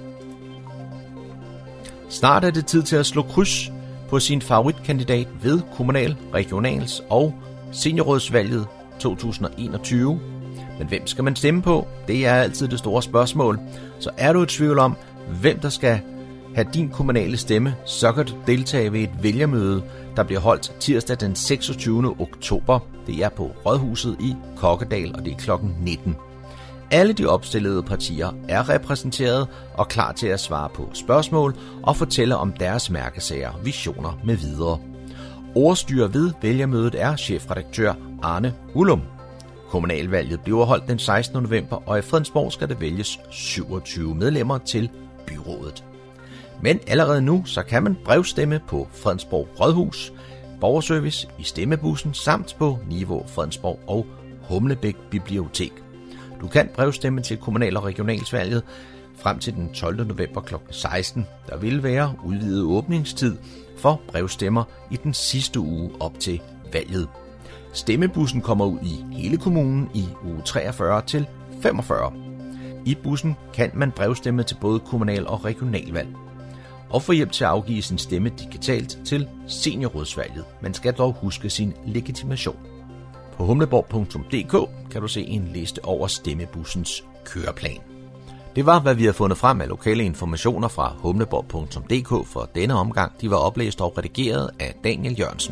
Snart er det tid til at slå kryds på sin favoritkandidat ved kommunal-, regionals- og seniorrådsvalget 2021. Men hvem skal man stemme på? Det er altid det store spørgsmål. Så er du i tvivl om, hvem der skal have din kommunale stemme, så kan du deltage ved et vælgermøde, der bliver holdt tirsdag den 26. oktober. Det er på Rådhuset i Kokkedal, og det er kl. 19. Alle de opstillede partier er repræsenteret og klar til at svare på spørgsmål og fortælle om deres mærkesager, visioner med videre. Ordstyrer ved vælgermødet er chefredaktør Arne Ullum. Kommunalvalget bliver holdt den 16. november, og i Fredensborg skal der vælges 27 medlemmer til byrådet. Men allerede nu så kan man brevstemme på Fredensborg Rådhus, borgerservice i stemmebussen samt på Niveau Fredensborg og Humlebæk Bibliotek. Du kan brevstemme til kommunal- og regionalsvalget frem til den 12. november kl. 16. Der vil være udvidet åbningstid for brevstemmer i den sidste uge op til valget. Stemmebussen kommer ud i hele kommunen i uge 43 til 45. I bussen kan man brevstemme til både kommunal- og regionalvalg. Og få hjælp til at afgive sin stemme digitalt til seniorrådsvalget. Man skal dog huske sin legitimation. På humleborg.dk kan du se en liste over stemmebussens køreplan. Det var, hvad vi har fundet frem af lokale informationer fra humleborg.dk for denne omgang. De var oplæst og redigeret af Daniel Jørgensen.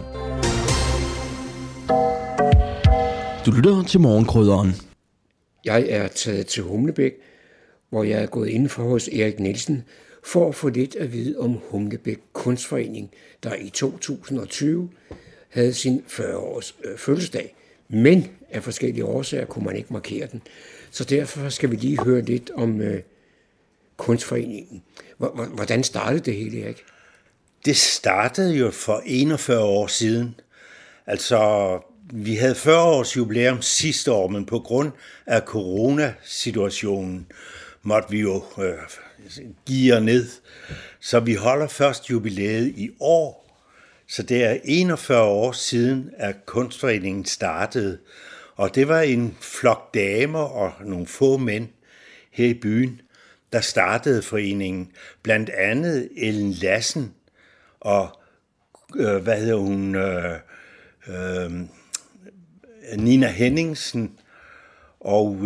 Du lytter til Morgenkrydderen. Jeg er taget til Humlebæk, hvor jeg er gået indenfor hos Erik Nielsen, for at få lidt at vide om Humlebæk Kunstforening, der i 2020 havde sin 40-års fødselsdag. Men af forskellige årsager kunne man ikke markere den. Så derfor skal vi lige høre lidt om Kunstforeningen. Hvordan startede det hele, Erik? Det startede jo for 41 år siden. Altså, vi havde 40 års jubilæum sidste år, men på grund af coronasituationen måtte vi jo geare ned. Så vi holder først jubilæet i år. Så det er 41 år siden, at Kunstforeningen startede. Og det var en flok damer og nogle få mænd her i byen, der startede foreningen. Blandt andet Ellen Lassen og, Nina Henningsen og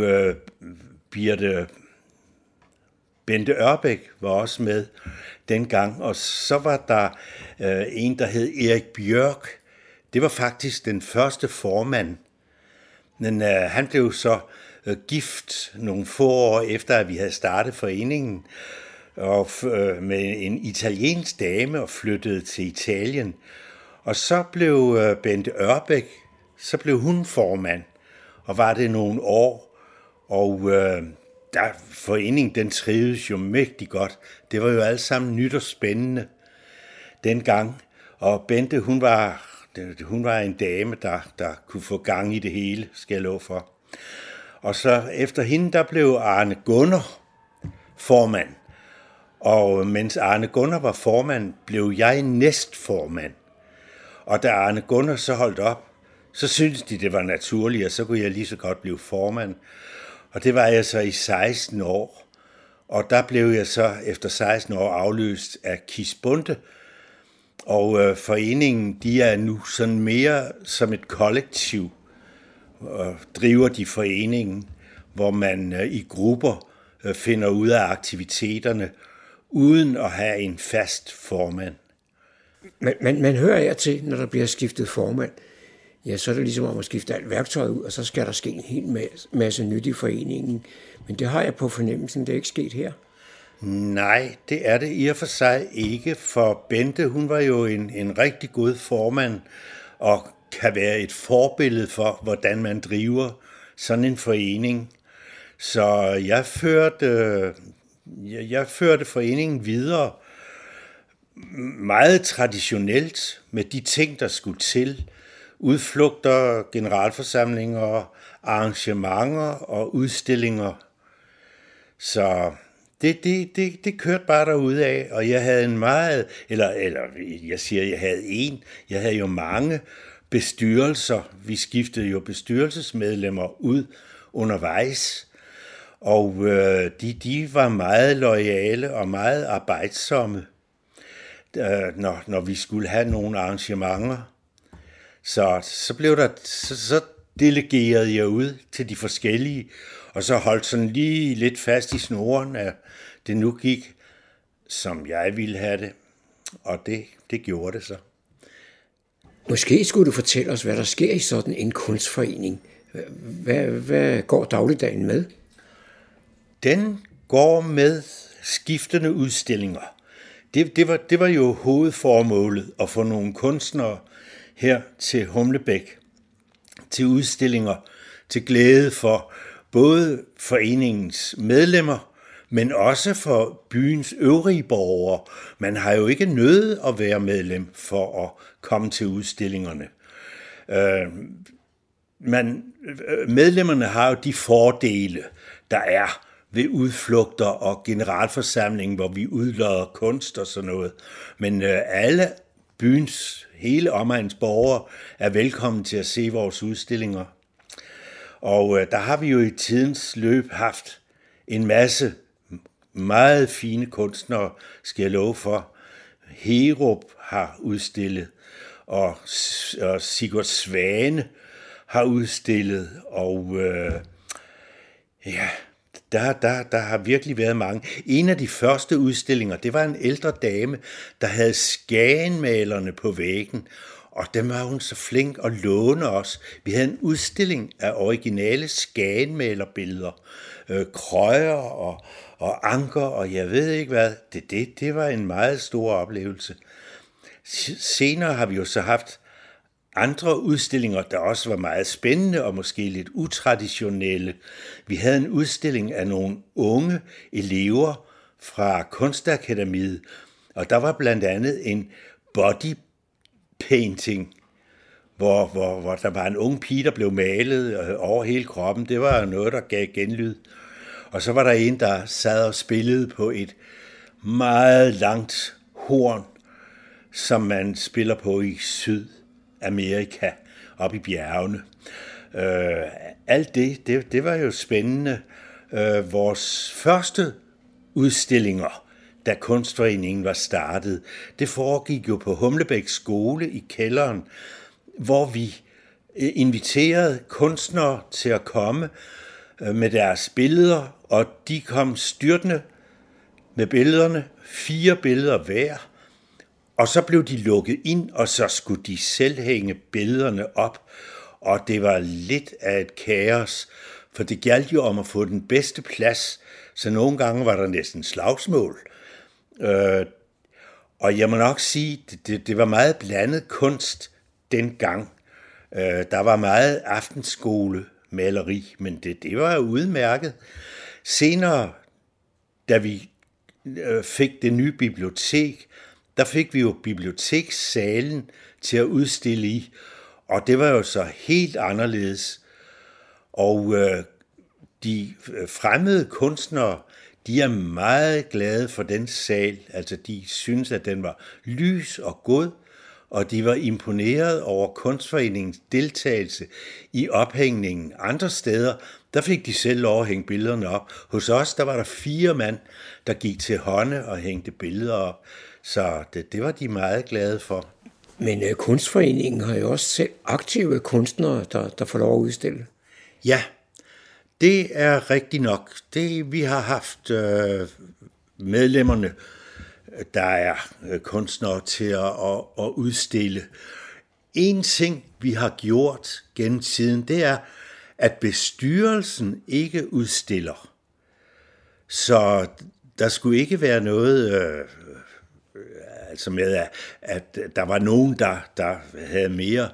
Bente Ørbæk var også med dengang. Og så var der en, der hed Erik Bjørk. Det var faktisk den første formand. Men han blev så gift nogle få år efter, at vi havde startet foreningen. og med en italiensk dame og flyttede til Italien. Og så blev Bente Ørbæk, så blev hun formand, og var det nogle år, og foreningen den trivedes jo mægtig godt. Det var jo alt sammen nyt og spændende dengang, og Bente hun var en dame, der kunne få gang i det hele, skal jeg love for. Og så efter hende, der blev Arne Gunnar formand. Og mens Arne Gunnar var formand, blev jeg næstformand. Og da Arne Gunnar så holdt op, så syntes de, det var naturligt, og så kunne jeg lige så godt blive formand. Og det var jeg så i 16 år. Og der blev jeg så efter 16 år afløst af Kis Bunde. Og foreningen, de er nu sådan mere som et kollektiv, og driver de foreningen, hvor man i grupper finder ud af aktiviteterne, uden at have en fast formand. Man hører her til, når der bliver skiftet formand, ja, så er det ligesom om at skifte alt værktøj ud, og så skal der ske en hel masse nyt i foreningen. Men det har jeg på fornemmelsen, det er ikke sket her. Nej, det er det i og for sig ikke, for Bente, hun var jo en rigtig god formand, og kan være et forbillede for, hvordan man driver sådan en forening. Så jeg førte foreningen videre meget traditionelt med de ting, der skulle til. Udflugter, generalforsamlinger, arrangementer og udstillinger. Så det kørte bare derudad, og jeg havde jeg havde jo mange bestyrelser. Vi skiftede jo bestyrelsesmedlemmer ud undervejs, og de var meget loyale og meget arbejdsomme, når vi skulle have nogle arrangementer. Så delegerede jeg ud til de forskellige, og så holdt sådan lige lidt fast i snoren, at det nu gik, som jeg ville have det. Og det gjorde det så. Måske skulle du fortælle os, hvad der sker i sådan en kunstforening. Hvad går dagligdagen med? Den går med skiftende udstillinger. Det var jo hovedformålet at få nogle kunstnere her til Humlebæk til udstillinger til glæde for både foreningens medlemmer, men også for byens øvrige borgere. Man har jo ikke nødt at være medlem for at komme til udstillingerne. Medlemmerne har jo de fordele, der er ved udflugter og generalforsamling, hvor vi udlodder kunst og sådan noget. Men alle byens hele omegns borgere er velkommen til at se vores udstillinger. Og der har vi jo i tidens løb haft en masse meget fine kunstnere, skal jeg love for. Herup har udstillet, og Sigurd Svane har udstillet, og der har virkelig været mange. En af de første udstillinger, det var en ældre dame, der havde Skagenmalerne på væggen, og dem var hun så flink at låne os. Vi havde en udstilling af originale Skagenmalerbilleder, krøjer og anker, og jeg ved ikke hvad. Det var en meget stor oplevelse. Senere har vi jo så haft andre udstillinger, der også var meget spændende og måske lidt utraditionelle. Vi havde en udstilling af nogle unge elever fra Kunstakademiet, og der var blandt andet en body painting, hvor der var en ung pige, der blev malet over hele kroppen. Det var noget, der gav genlyd. Og så var der en, der sad og spillede på et meget langt horn, som man spiller på i Sydamerika, op i bjergene. Alt det var jo spændende. Vores første udstillinger, da Kunstforeningen var startet, det foregik jo på Humlebæk skole i kælderen, hvor vi inviterede kunstnere til at komme med deres billeder, og de kom styrtende med billederne, 4 billeder hver, og så blev de lukket ind, og så skulle de selv hænge billederne op, og det var lidt af et kaos, for det galt jo om at få den bedste plads, så nogle gange var der næsten slagsmål Og jeg må nok sige, det var meget blandet kunst dengang. Der var meget aftenskole-maleri, men det var udmærket. Senere, da vi fik det nye bibliotek, der fik vi jo bibliotekssalen til at udstille i, og det var jo så helt anderledes. Og de fremmede kunstnere, de er meget glade for den sal, altså de synes, at den var lys og god, og de var imponeret over Kunstforeningens deltagelse i ophængningen. Andre steder, der fik de selv lov at hænge billederne op. Hos os, der var der 4 mand, der gik til hånde og hængte billeder op, så det var de meget glade for. Men Kunstforeningen har jo også selv aktive kunstnere, der får lov at udstille. Ja, det er rigtigt nok. Vi har haft medlemmerne, der er kunstnere til at udstille. En ting, vi har gjort gennem tiden, det er, at bestyrelsen ikke udstiller. Så der skulle ikke være noget altså med, at der var nogen, der havde mere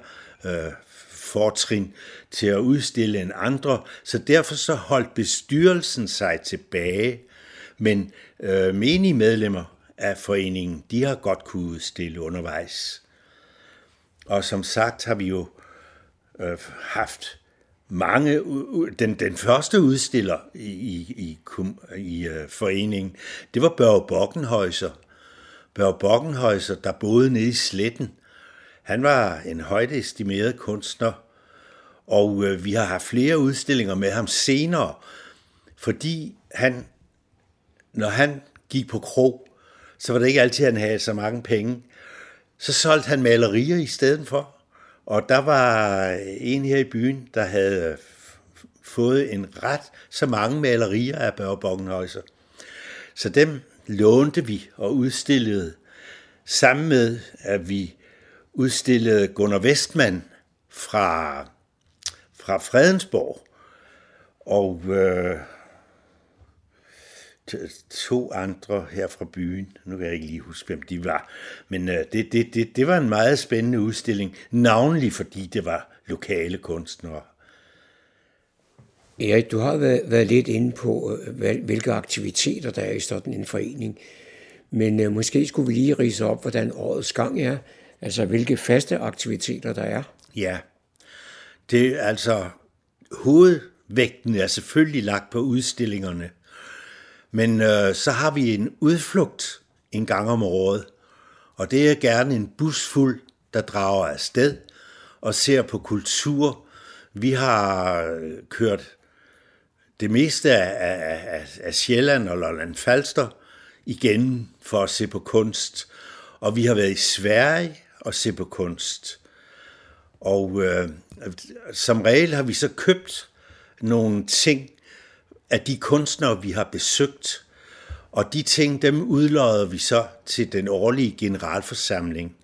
fortrin til at udstille end andre, så derfor så holdt bestyrelsen sig tilbage, men menige medlemmer af foreningen, de har godt kunne udstille undervejs. Og som sagt har vi jo haft mange, den første udstiller i foreningen, det var Børge Bockenhøjser. Børge Bockenhøjser, der boede nede i Sletten. Han var en højt estimeret kunstner, og vi har haft flere udstillinger med ham senere, fordi når han gik på krog, så var det ikke altid, at han havde så mange penge. Så solgte han malerier i stedet for, og der var en her i byen, der havde fået en ret så mange malerier af Børge Bockenhøjser. Så dem lånte vi og udstillede, sammen med, at vi udstillede Gunnar Westman fra Fredensborg, og 2 andre her fra byen. Nu kan jeg ikke lige huske, hvem de var. Men det var en meget spændende udstilling, navnlig fordi det var lokale kunstnere. Erik, du har været lidt inde på, hvilke aktiviteter der er i sådan en forening. Men måske skulle vi lige ridse op, hvordan årets gang er. Altså, hvilke faste aktiviteter der er. Ja, det er altså hovedvægten er selvfølgelig lagt på udstillingerne. Men så har vi en udflugt en gang om året, og det er gerne en bus fuld, der drager afsted og ser på kultur. Vi har kørt det meste af Sjælland og Lolland Falster igen for at se på kunst, og vi har været i Sverige og se på kunst. Og som regel har vi så købt nogle ting af de kunstnere, vi har besøgt, og de ting, dem udlodder vi så til den årlige generalforsamling.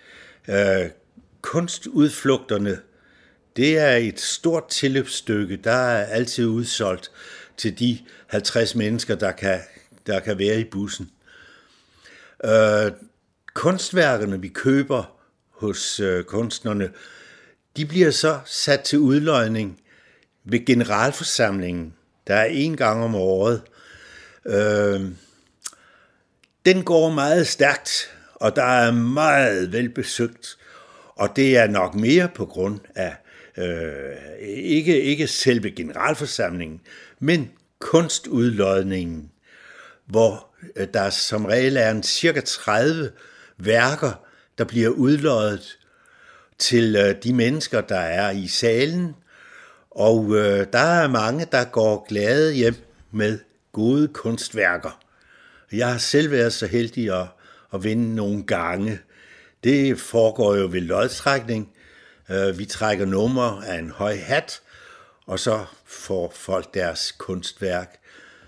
Kunstudflugterne, det er et stort tilløbsstykke. Der er altid udsolgt til de 50 mennesker, der kan være i bussen. Kunstværkerne, vi køber hos kunstnerne, de bliver så sat til udlodning ved generalforsamlingen. Der er 1 gang om året. Den går meget stærkt, og der er meget velbesøgt. Og det er nok mere på grund af ikke selve generalforsamlingen, men kunstudlodningen, hvor der som regel er en cirka 30 værker, der bliver udloddet til de mennesker, der er i salen. Og der er mange, der går glade hjem med gode kunstværker. Jeg har selv været så heldig at vinde nogle gange. Det foregår jo ved lodtrækning. Vi trækker numre af en høj hat, og så får folk deres kunstværk.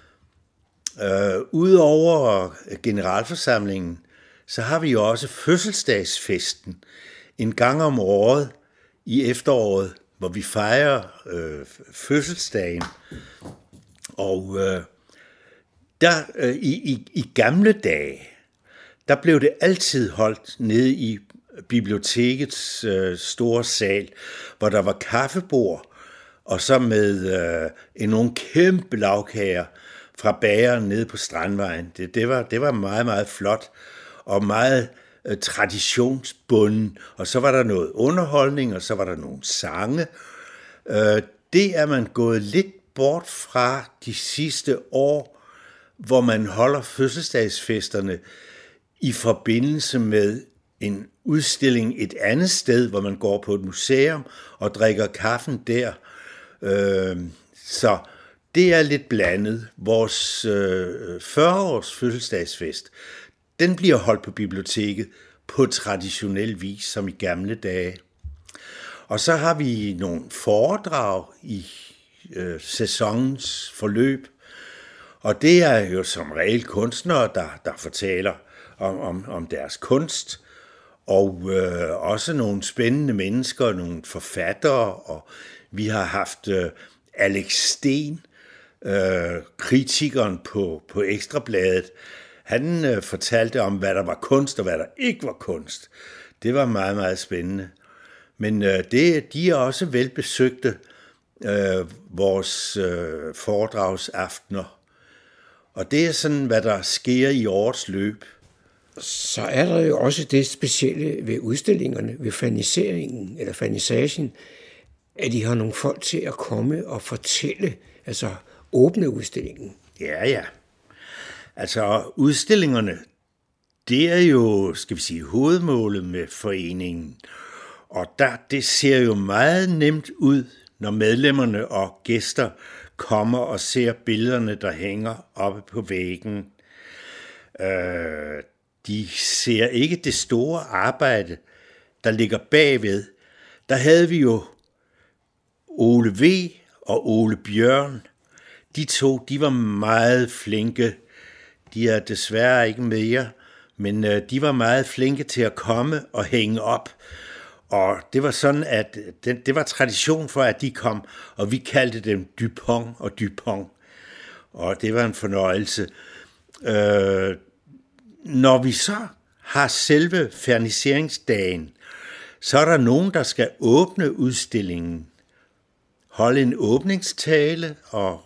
Udover generalforsamlingen, så har vi jo også fødselsdagsfesten en gang om året i efteråret, hvor vi fejrer fødselsdagen. Og der i gamle dage, der blev det altid holdt nede i bibliotekets store sal, hvor der var kaffebord, og så med nogle kæmpe lagkager fra bageren nede på Strandvejen. Det var meget, meget flot og meget traditionsbunden, og så var der noget underholdning, og så var der nogle sange. Det er man gået lidt bort fra de sidste år, hvor man holder fødselsdagsfesterne i forbindelse med en udstilling et andet sted, hvor man går på et museum og drikker kaffen der. Så det er lidt blandet. Vores 40-års fødselsdagsfest, den bliver holdt på biblioteket på traditionel vis, som i gamle dage. Og så har vi nogle foredrag i sæsonens forløb, og det er jo som regel kunstnere, der fortæller om deres kunst, og også nogle spændende mennesker, nogle forfattere, og vi har haft Alex Steen, kritikeren på Ekstrabladet. Han fortalte om, hvad der var kunst og hvad der ikke var kunst. Det var meget, meget spændende. Men de er også velbesøgte, vores foredragsaftener. Og det er sådan, hvad der sker i årets løb. Så er der jo også det specielle ved udstillingerne, ved ferniseringen eller fernisagen, at de har nogle folk til at komme og fortælle, altså åbne udstillingen. Ja. Altså udstillingerne, det er jo, skal vi sige, hovedmålet med foreningen. Og det ser jo meget nemt ud, når medlemmerne og gæster kommer og ser billederne, der hænger oppe på væggen. De ser ikke det store arbejde, der ligger bagved. Der havde vi jo Ole V. og Ole Bjørn. De to, de var meget flinke. De er desværre ikke mere, men de var meget flinke til at komme og hænge op. Og det var sådan, at det var tradition for, at de kom, og vi kaldte dem Dupont og Dupont. Og det var en fornøjelse. Når vi så har selve ferniseringsdagen, så er der nogen, der skal åbne udstillingen, holde en åbningstale og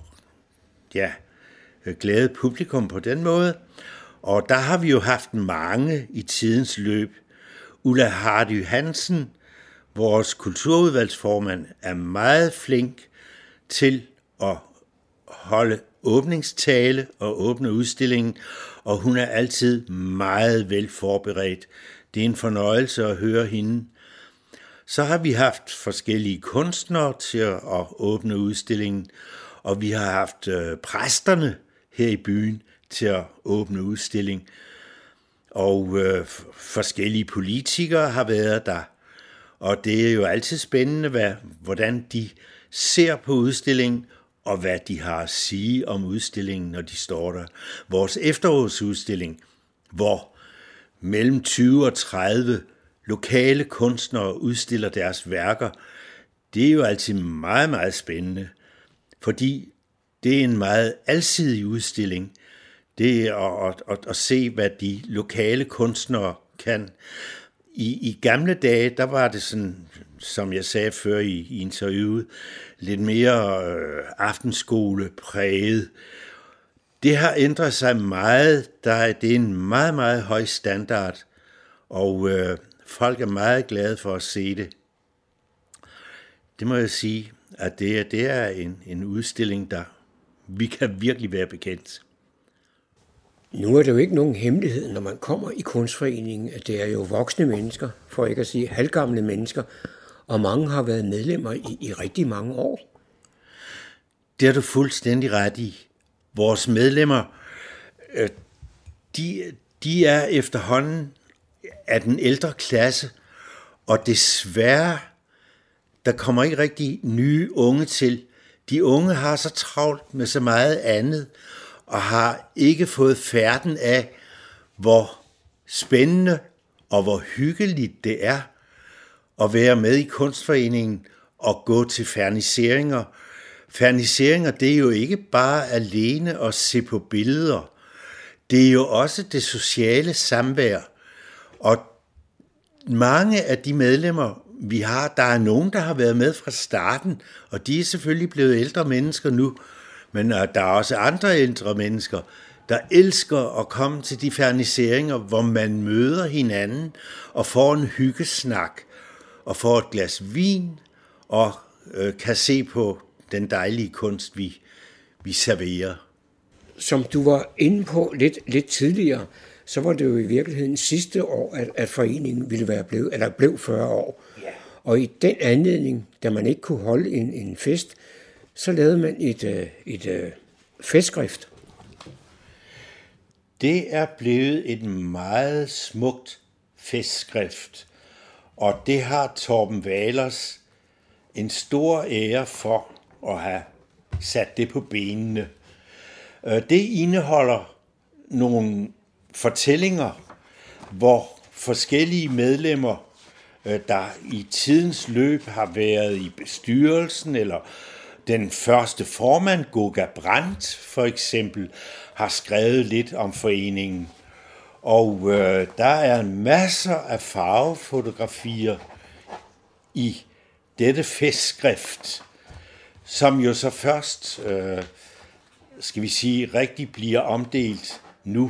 glæde publikum på den måde. Og der har vi jo haft mange i tidens løb. Ulla Hardy Hansen, vores kulturudvalgsformand, er meget flink til at holde åbningstale og åbne udstillingen, og hun er altid meget vel forberedt. Det er en fornøjelse at høre hende. Så har vi haft forskellige kunstnere til at åbne udstillingen, og vi har haft præsterne her i byen til at åbne udstilling. Og forskellige politikere har været der, og det er jo altid spændende, hvordan de ser på udstillingen, og hvad de har at sige om udstillingen, når de står der. Vores efterårsudstilling, hvor mellem 20 og 30 lokale kunstnere udstiller deres værker, det er jo altid meget, meget spændende, fordi det er en meget alsidig udstilling. Det er at se, hvad de lokale kunstnere kan. I gamle dage, der var det sådan, som jeg sagde før i interviewet, lidt mere aftenskole præget. Det har ændret sig meget. Det er en meget, meget høj standard, og folk er meget glade for at se det. Det må jeg sige, at det er en udstilling, der vi kan virkelig være bekendt. Nu er det jo ikke nogen hemmelighed, når man kommer i kunstforeningen, at det er jo voksne mennesker, for ikke at sige halvgamle mennesker, og mange har været medlemmer i rigtig mange år. Det har du fuldstændig ret i. Vores medlemmer, de er efterhånden af den ældre klasse, og desværre, der kommer ikke rigtig nye unge til. De unge har så travlt med så meget andet, og har ikke fået færden af, hvor spændende og hvor hyggeligt det er at være med i kunstforeningen og gå til ferniseringer. Ferniseringer, det er jo ikke bare alene at se på billeder. det er jo også det sociale samvær. Og mange af de medlemmer, vi har, der er nogen, der har været med fra starten, og de er selvfølgelig blevet ældre mennesker nu, men der er også andre ældre mennesker, der elsker at komme til de ferniseringer, hvor man møder hinanden og får en hyggesnak, og får et glas vin, og kan se på den dejlige kunst, vi serverer. Som du var inde på lidt tidligere, så var det jo i virkeligheden sidste år, at foreningen ville være blev 40 år. Ja. Og i den anledning, da man ikke kunne holde en fest, så lavede man et festskrift. Det er blevet et meget smukt festskrift, og det har Torben Wahlers en stor ære for at have sat det på benene. Det indeholder nogle fortællinger, hvor forskellige medlemmer, der i tidens løb har været i bestyrelsen, eller den første formand, Goga Brandt for eksempel, har skrevet lidt om foreningen. Og der er masser af farvefotografier i dette festskrift, som jo så først, skal vi sige, rigtig bliver omdelt nu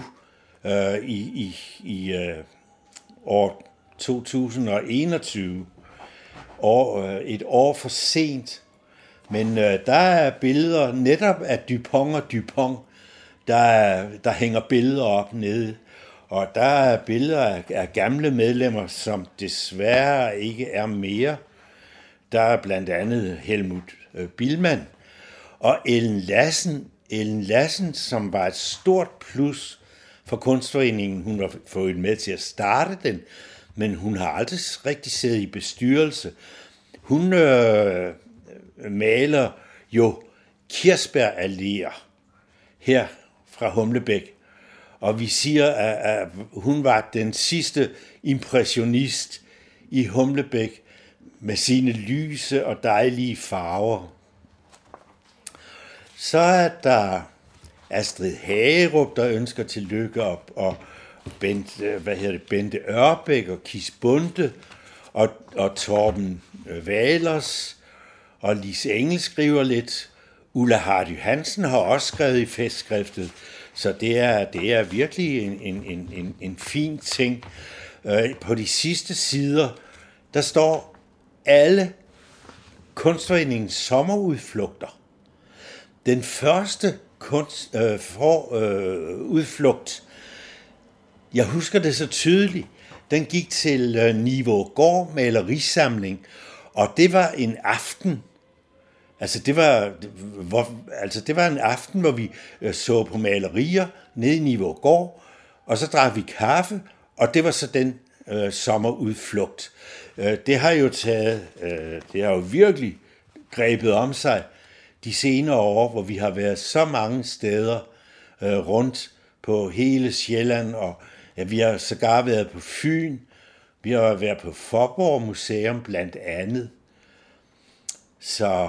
i år 2021. Et år for sent. Men der er billeder netop af Dupont og Dupont, der hænger billeder op nede. Og der er billeder af gamle medlemmer, som desværre ikke er mere. Der er blandt andet Helmut Billmann og Ellen Lassen, som var et stort plus for Kunstforeningen. Hun har fået med til at starte den, men hun har aldrig rigtig siddet i bestyrelse. Hun maler jo kirsebæralléer her fra Humlebæk. Og vi siger, at hun var den sidste impressionist i Humlebæk med sine lyse og dejlige farver. Så er der Astrid Hagerup, der ønsker tillykke, og Bente Ørbæk og Kis Bunde, og Torben Wahlers, og Lise Engel skriver lidt. Ulla Hardy Hansen har også skrevet i festskriftet, så det er virkelig en fin ting. På de sidste sider, der står alle Kunstforeningens sommerudflugter. Den første udflugt, jeg husker det så tydeligt, den gik til Nivågård malerisamling, og det var en aften. Det var en aften, hvor vi så på malerier nede i Nivågård, og så drak vi kaffe, og det var så den sommerudflugt. Det har jo virkelig grebet om sig de senere år, hvor vi har været så mange steder rundt på hele Sjælland, og vi har sågar været på Fyn, vi har været på Faaborg Museum blandt andet. Så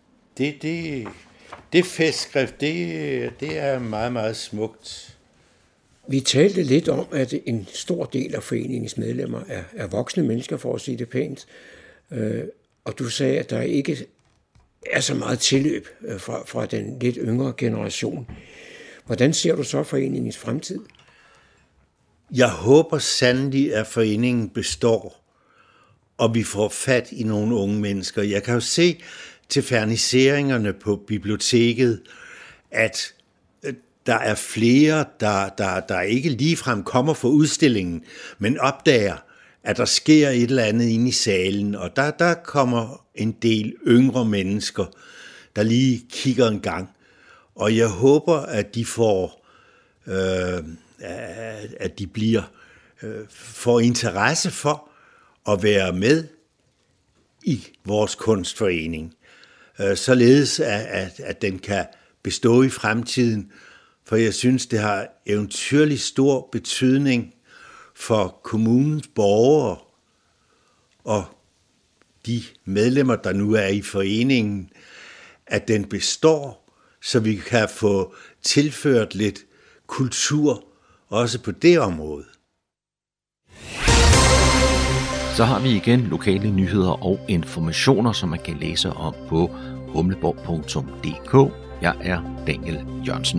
det festskrift, det er meget, meget smukt. Vi talte lidt om, at en stor del af foreningens medlemmer er voksne mennesker, for at sige det pænt. Og du sagde, at der ikke er så meget tilløb fra den lidt yngre generation. Hvordan ser du så foreningens fremtid? Jeg håber sandelig, at foreningen består, og vi får fat i nogle unge mennesker. Jeg kan jo se til ferniseringerne på biblioteket, at der er flere, der ikke ligefrem kommer for udstillingen, men opdager, at der sker et eller andet inde i salen, og der kommer en del yngre mennesker, der lige kigger en gang. Og jeg håber, at de får får interesse for at være med i vores kunstforening, således at den kan bestå i fremtiden, for jeg synes, det har eventyrligt stor betydning for kommunens borgere og de medlemmer, der nu er i foreningen, at den består, så vi kan få tilført lidt kultur også på det område. Så har vi igen lokale nyheder og informationer, som man kan læse om på humleborg.dk. Jeg er Daniel Jørgensen.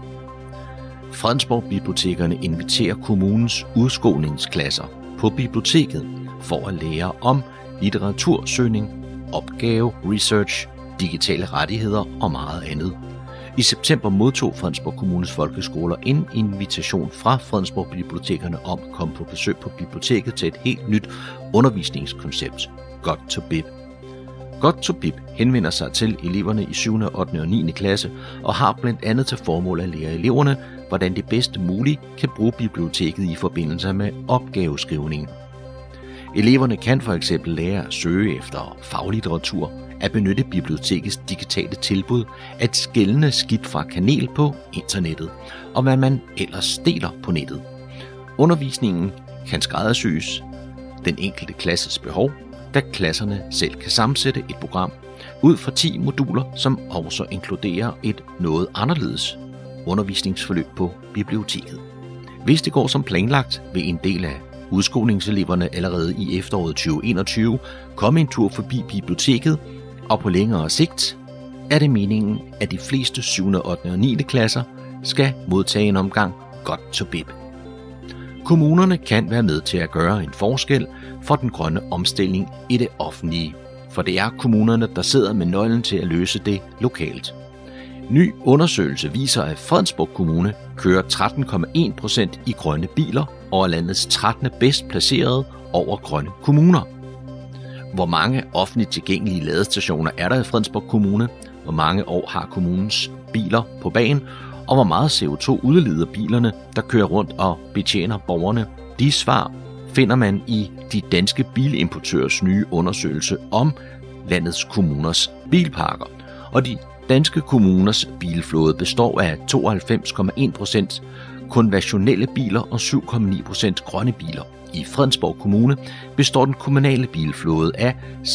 Fredensborg Bibliotekerne inviterer kommunens udskolingsklasser på biblioteket for at lære om litteratursøgning, opgave, research, digitale rettigheder og meget andet. I september modtog Fredensborg Kommunes folkeskoler en invitation fra Fredensborg Bibliotekerne om at komme på besøg på biblioteket til et helt nyt undervisningskoncept, Got to Bib. Got to Bib henvender sig til eleverne i 7., 8. og 9. klasse og har blandt andet til formål at lære eleverne, hvordan det bedst muligt kan bruge biblioteket i forbindelse med opgaveskrivning. Eleverne kan for eksempel lære at søge efter faglitteratur, at benytte bibliotekets digitale tilbud, at skelne skidt fra kanel på internettet, og hvad man ellers deler på nettet. Undervisningen kan skræddersys den enkelte klasses behov, da klasserne selv kan sammensætte et program ud fra 10 moduler, som også inkluderer et noget anderledes undervisningsforløb på biblioteket. Hvis det går som planlagt, vil en del af udskolingseleverne allerede i efteråret 2021 komme en tur forbi biblioteket, og på længere sigt er det meningen, at de fleste 7., 8. og 9. klasser skal modtage en omgang Got to Bib. Kommunerne kan være med til at gøre en forskel for den grønne omstilling i det offentlige, for det er kommunerne, der sidder med nøglen til at løse det lokalt. Ny undersøgelse viser, at Fredensborg Kommune kører 13,1% i grønne biler og er landets 13. bedst placerede over grønne kommuner. Hvor mange offentligt tilgængelige ladestationer er der i Fredensborg Kommune? Hvor mange år har kommunens biler på banen? Og hvor meget CO2 udleder bilerne, der kører rundt og betjener borgerne? De svar finder man i de danske bilimportørers nye undersøgelse om landets kommuners bilparker. Og de danske kommuners bilflåde består af 92,1% konventionelle biler og 7,9% grønne biler. I Fredensborg Kommune består den kommunale bilflåde af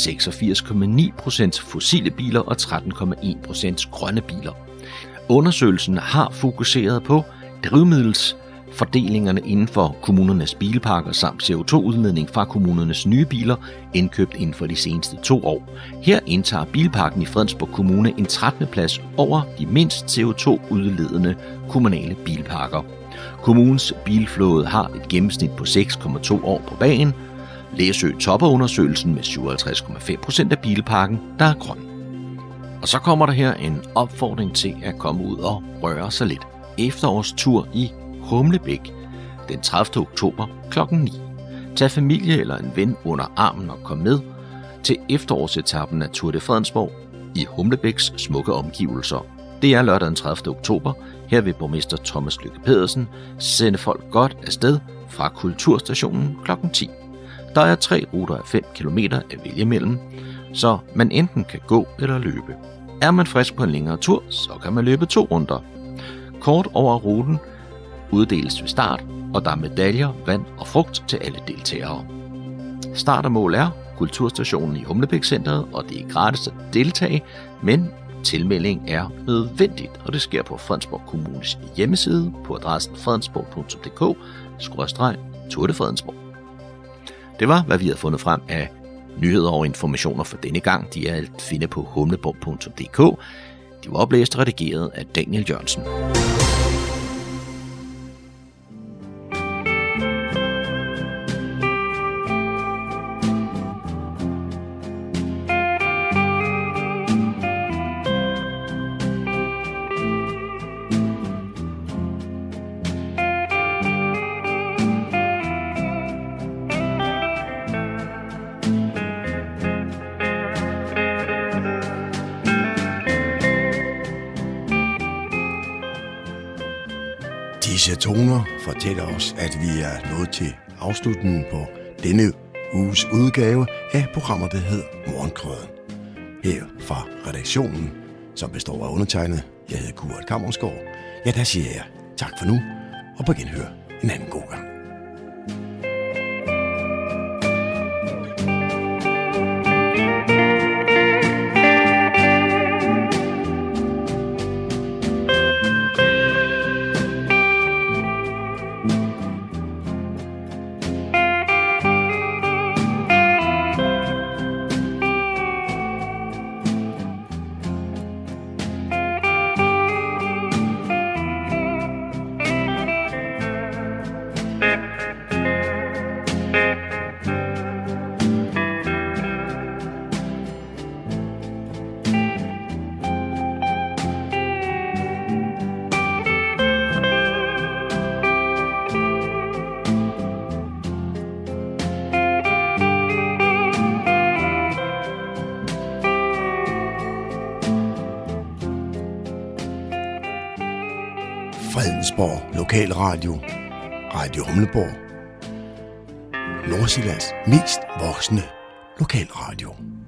86,9% fossile biler og 13,1% grønne biler. Undersøgelsen har fokuseret på drivmiddelsfordelingerne inden for kommunernes bilparker samt CO2-udledning fra kommunernes nye biler indkøbt inden for de seneste 2 år. Her indtager bilparken i Fredensborg Kommune en 13. plads over de mindst CO2-udledende kommunale bilparker. Kommunens bilflåde har et gennemsnit på 6,2 år på bagen. Læsø topper undersøgelsen med 57,5% af bilparken, der er grøn. Og så kommer der her en opfordring til at komme ud og røre sig lidt. Efterårstur i Humlebæk den 30. oktober kl. 9. Tag familie eller en ven under armen og kom med til efterårsetappen af Tour de Fredensborg i Humlebæks smukke omgivelser. Det er lørdag den 30. oktober. Her vil borgmester Thomas Lykke Pedersen sende folk godt afsted fra Kulturstationen kl. 10. Der er 3 ruter af 5 km at vælge mellem, så man enten kan gå eller løbe. Er man frisk på en længere tur, så kan man løbe 2 runder. Kort over ruten uddeles ved start, og der er medaljer, vand og frugt til alle deltagere. Start og mål er Kulturstationen i Humlebæk-centret, og det er gratis at deltage, men tilmelding er nødvendigt, og det sker på Fredensborg Kommunes hjemmeside på adressen fredensborg.dk/Tour de Fredensborg. Det var, hvad vi havde fundet frem af nyheder og informationer for denne gang. De er at finde på humleborg.dk. De var oplæst og redigeret af Daniel Jørgensen. Disse toner fortæller os, at vi er nået til afslutningen på denne uges udgave af programmet, der hedder Morgenkrøden. Her fra redaktionen, som består af undertegnet, jeg hedder Kurt Kammersgaard. Ja, der siger jeg tak for nu, og på genhør en anden god gang. Fredensborg Lokalradio, Radio Humleborg, Nordsjællands mest voksne lokalradio.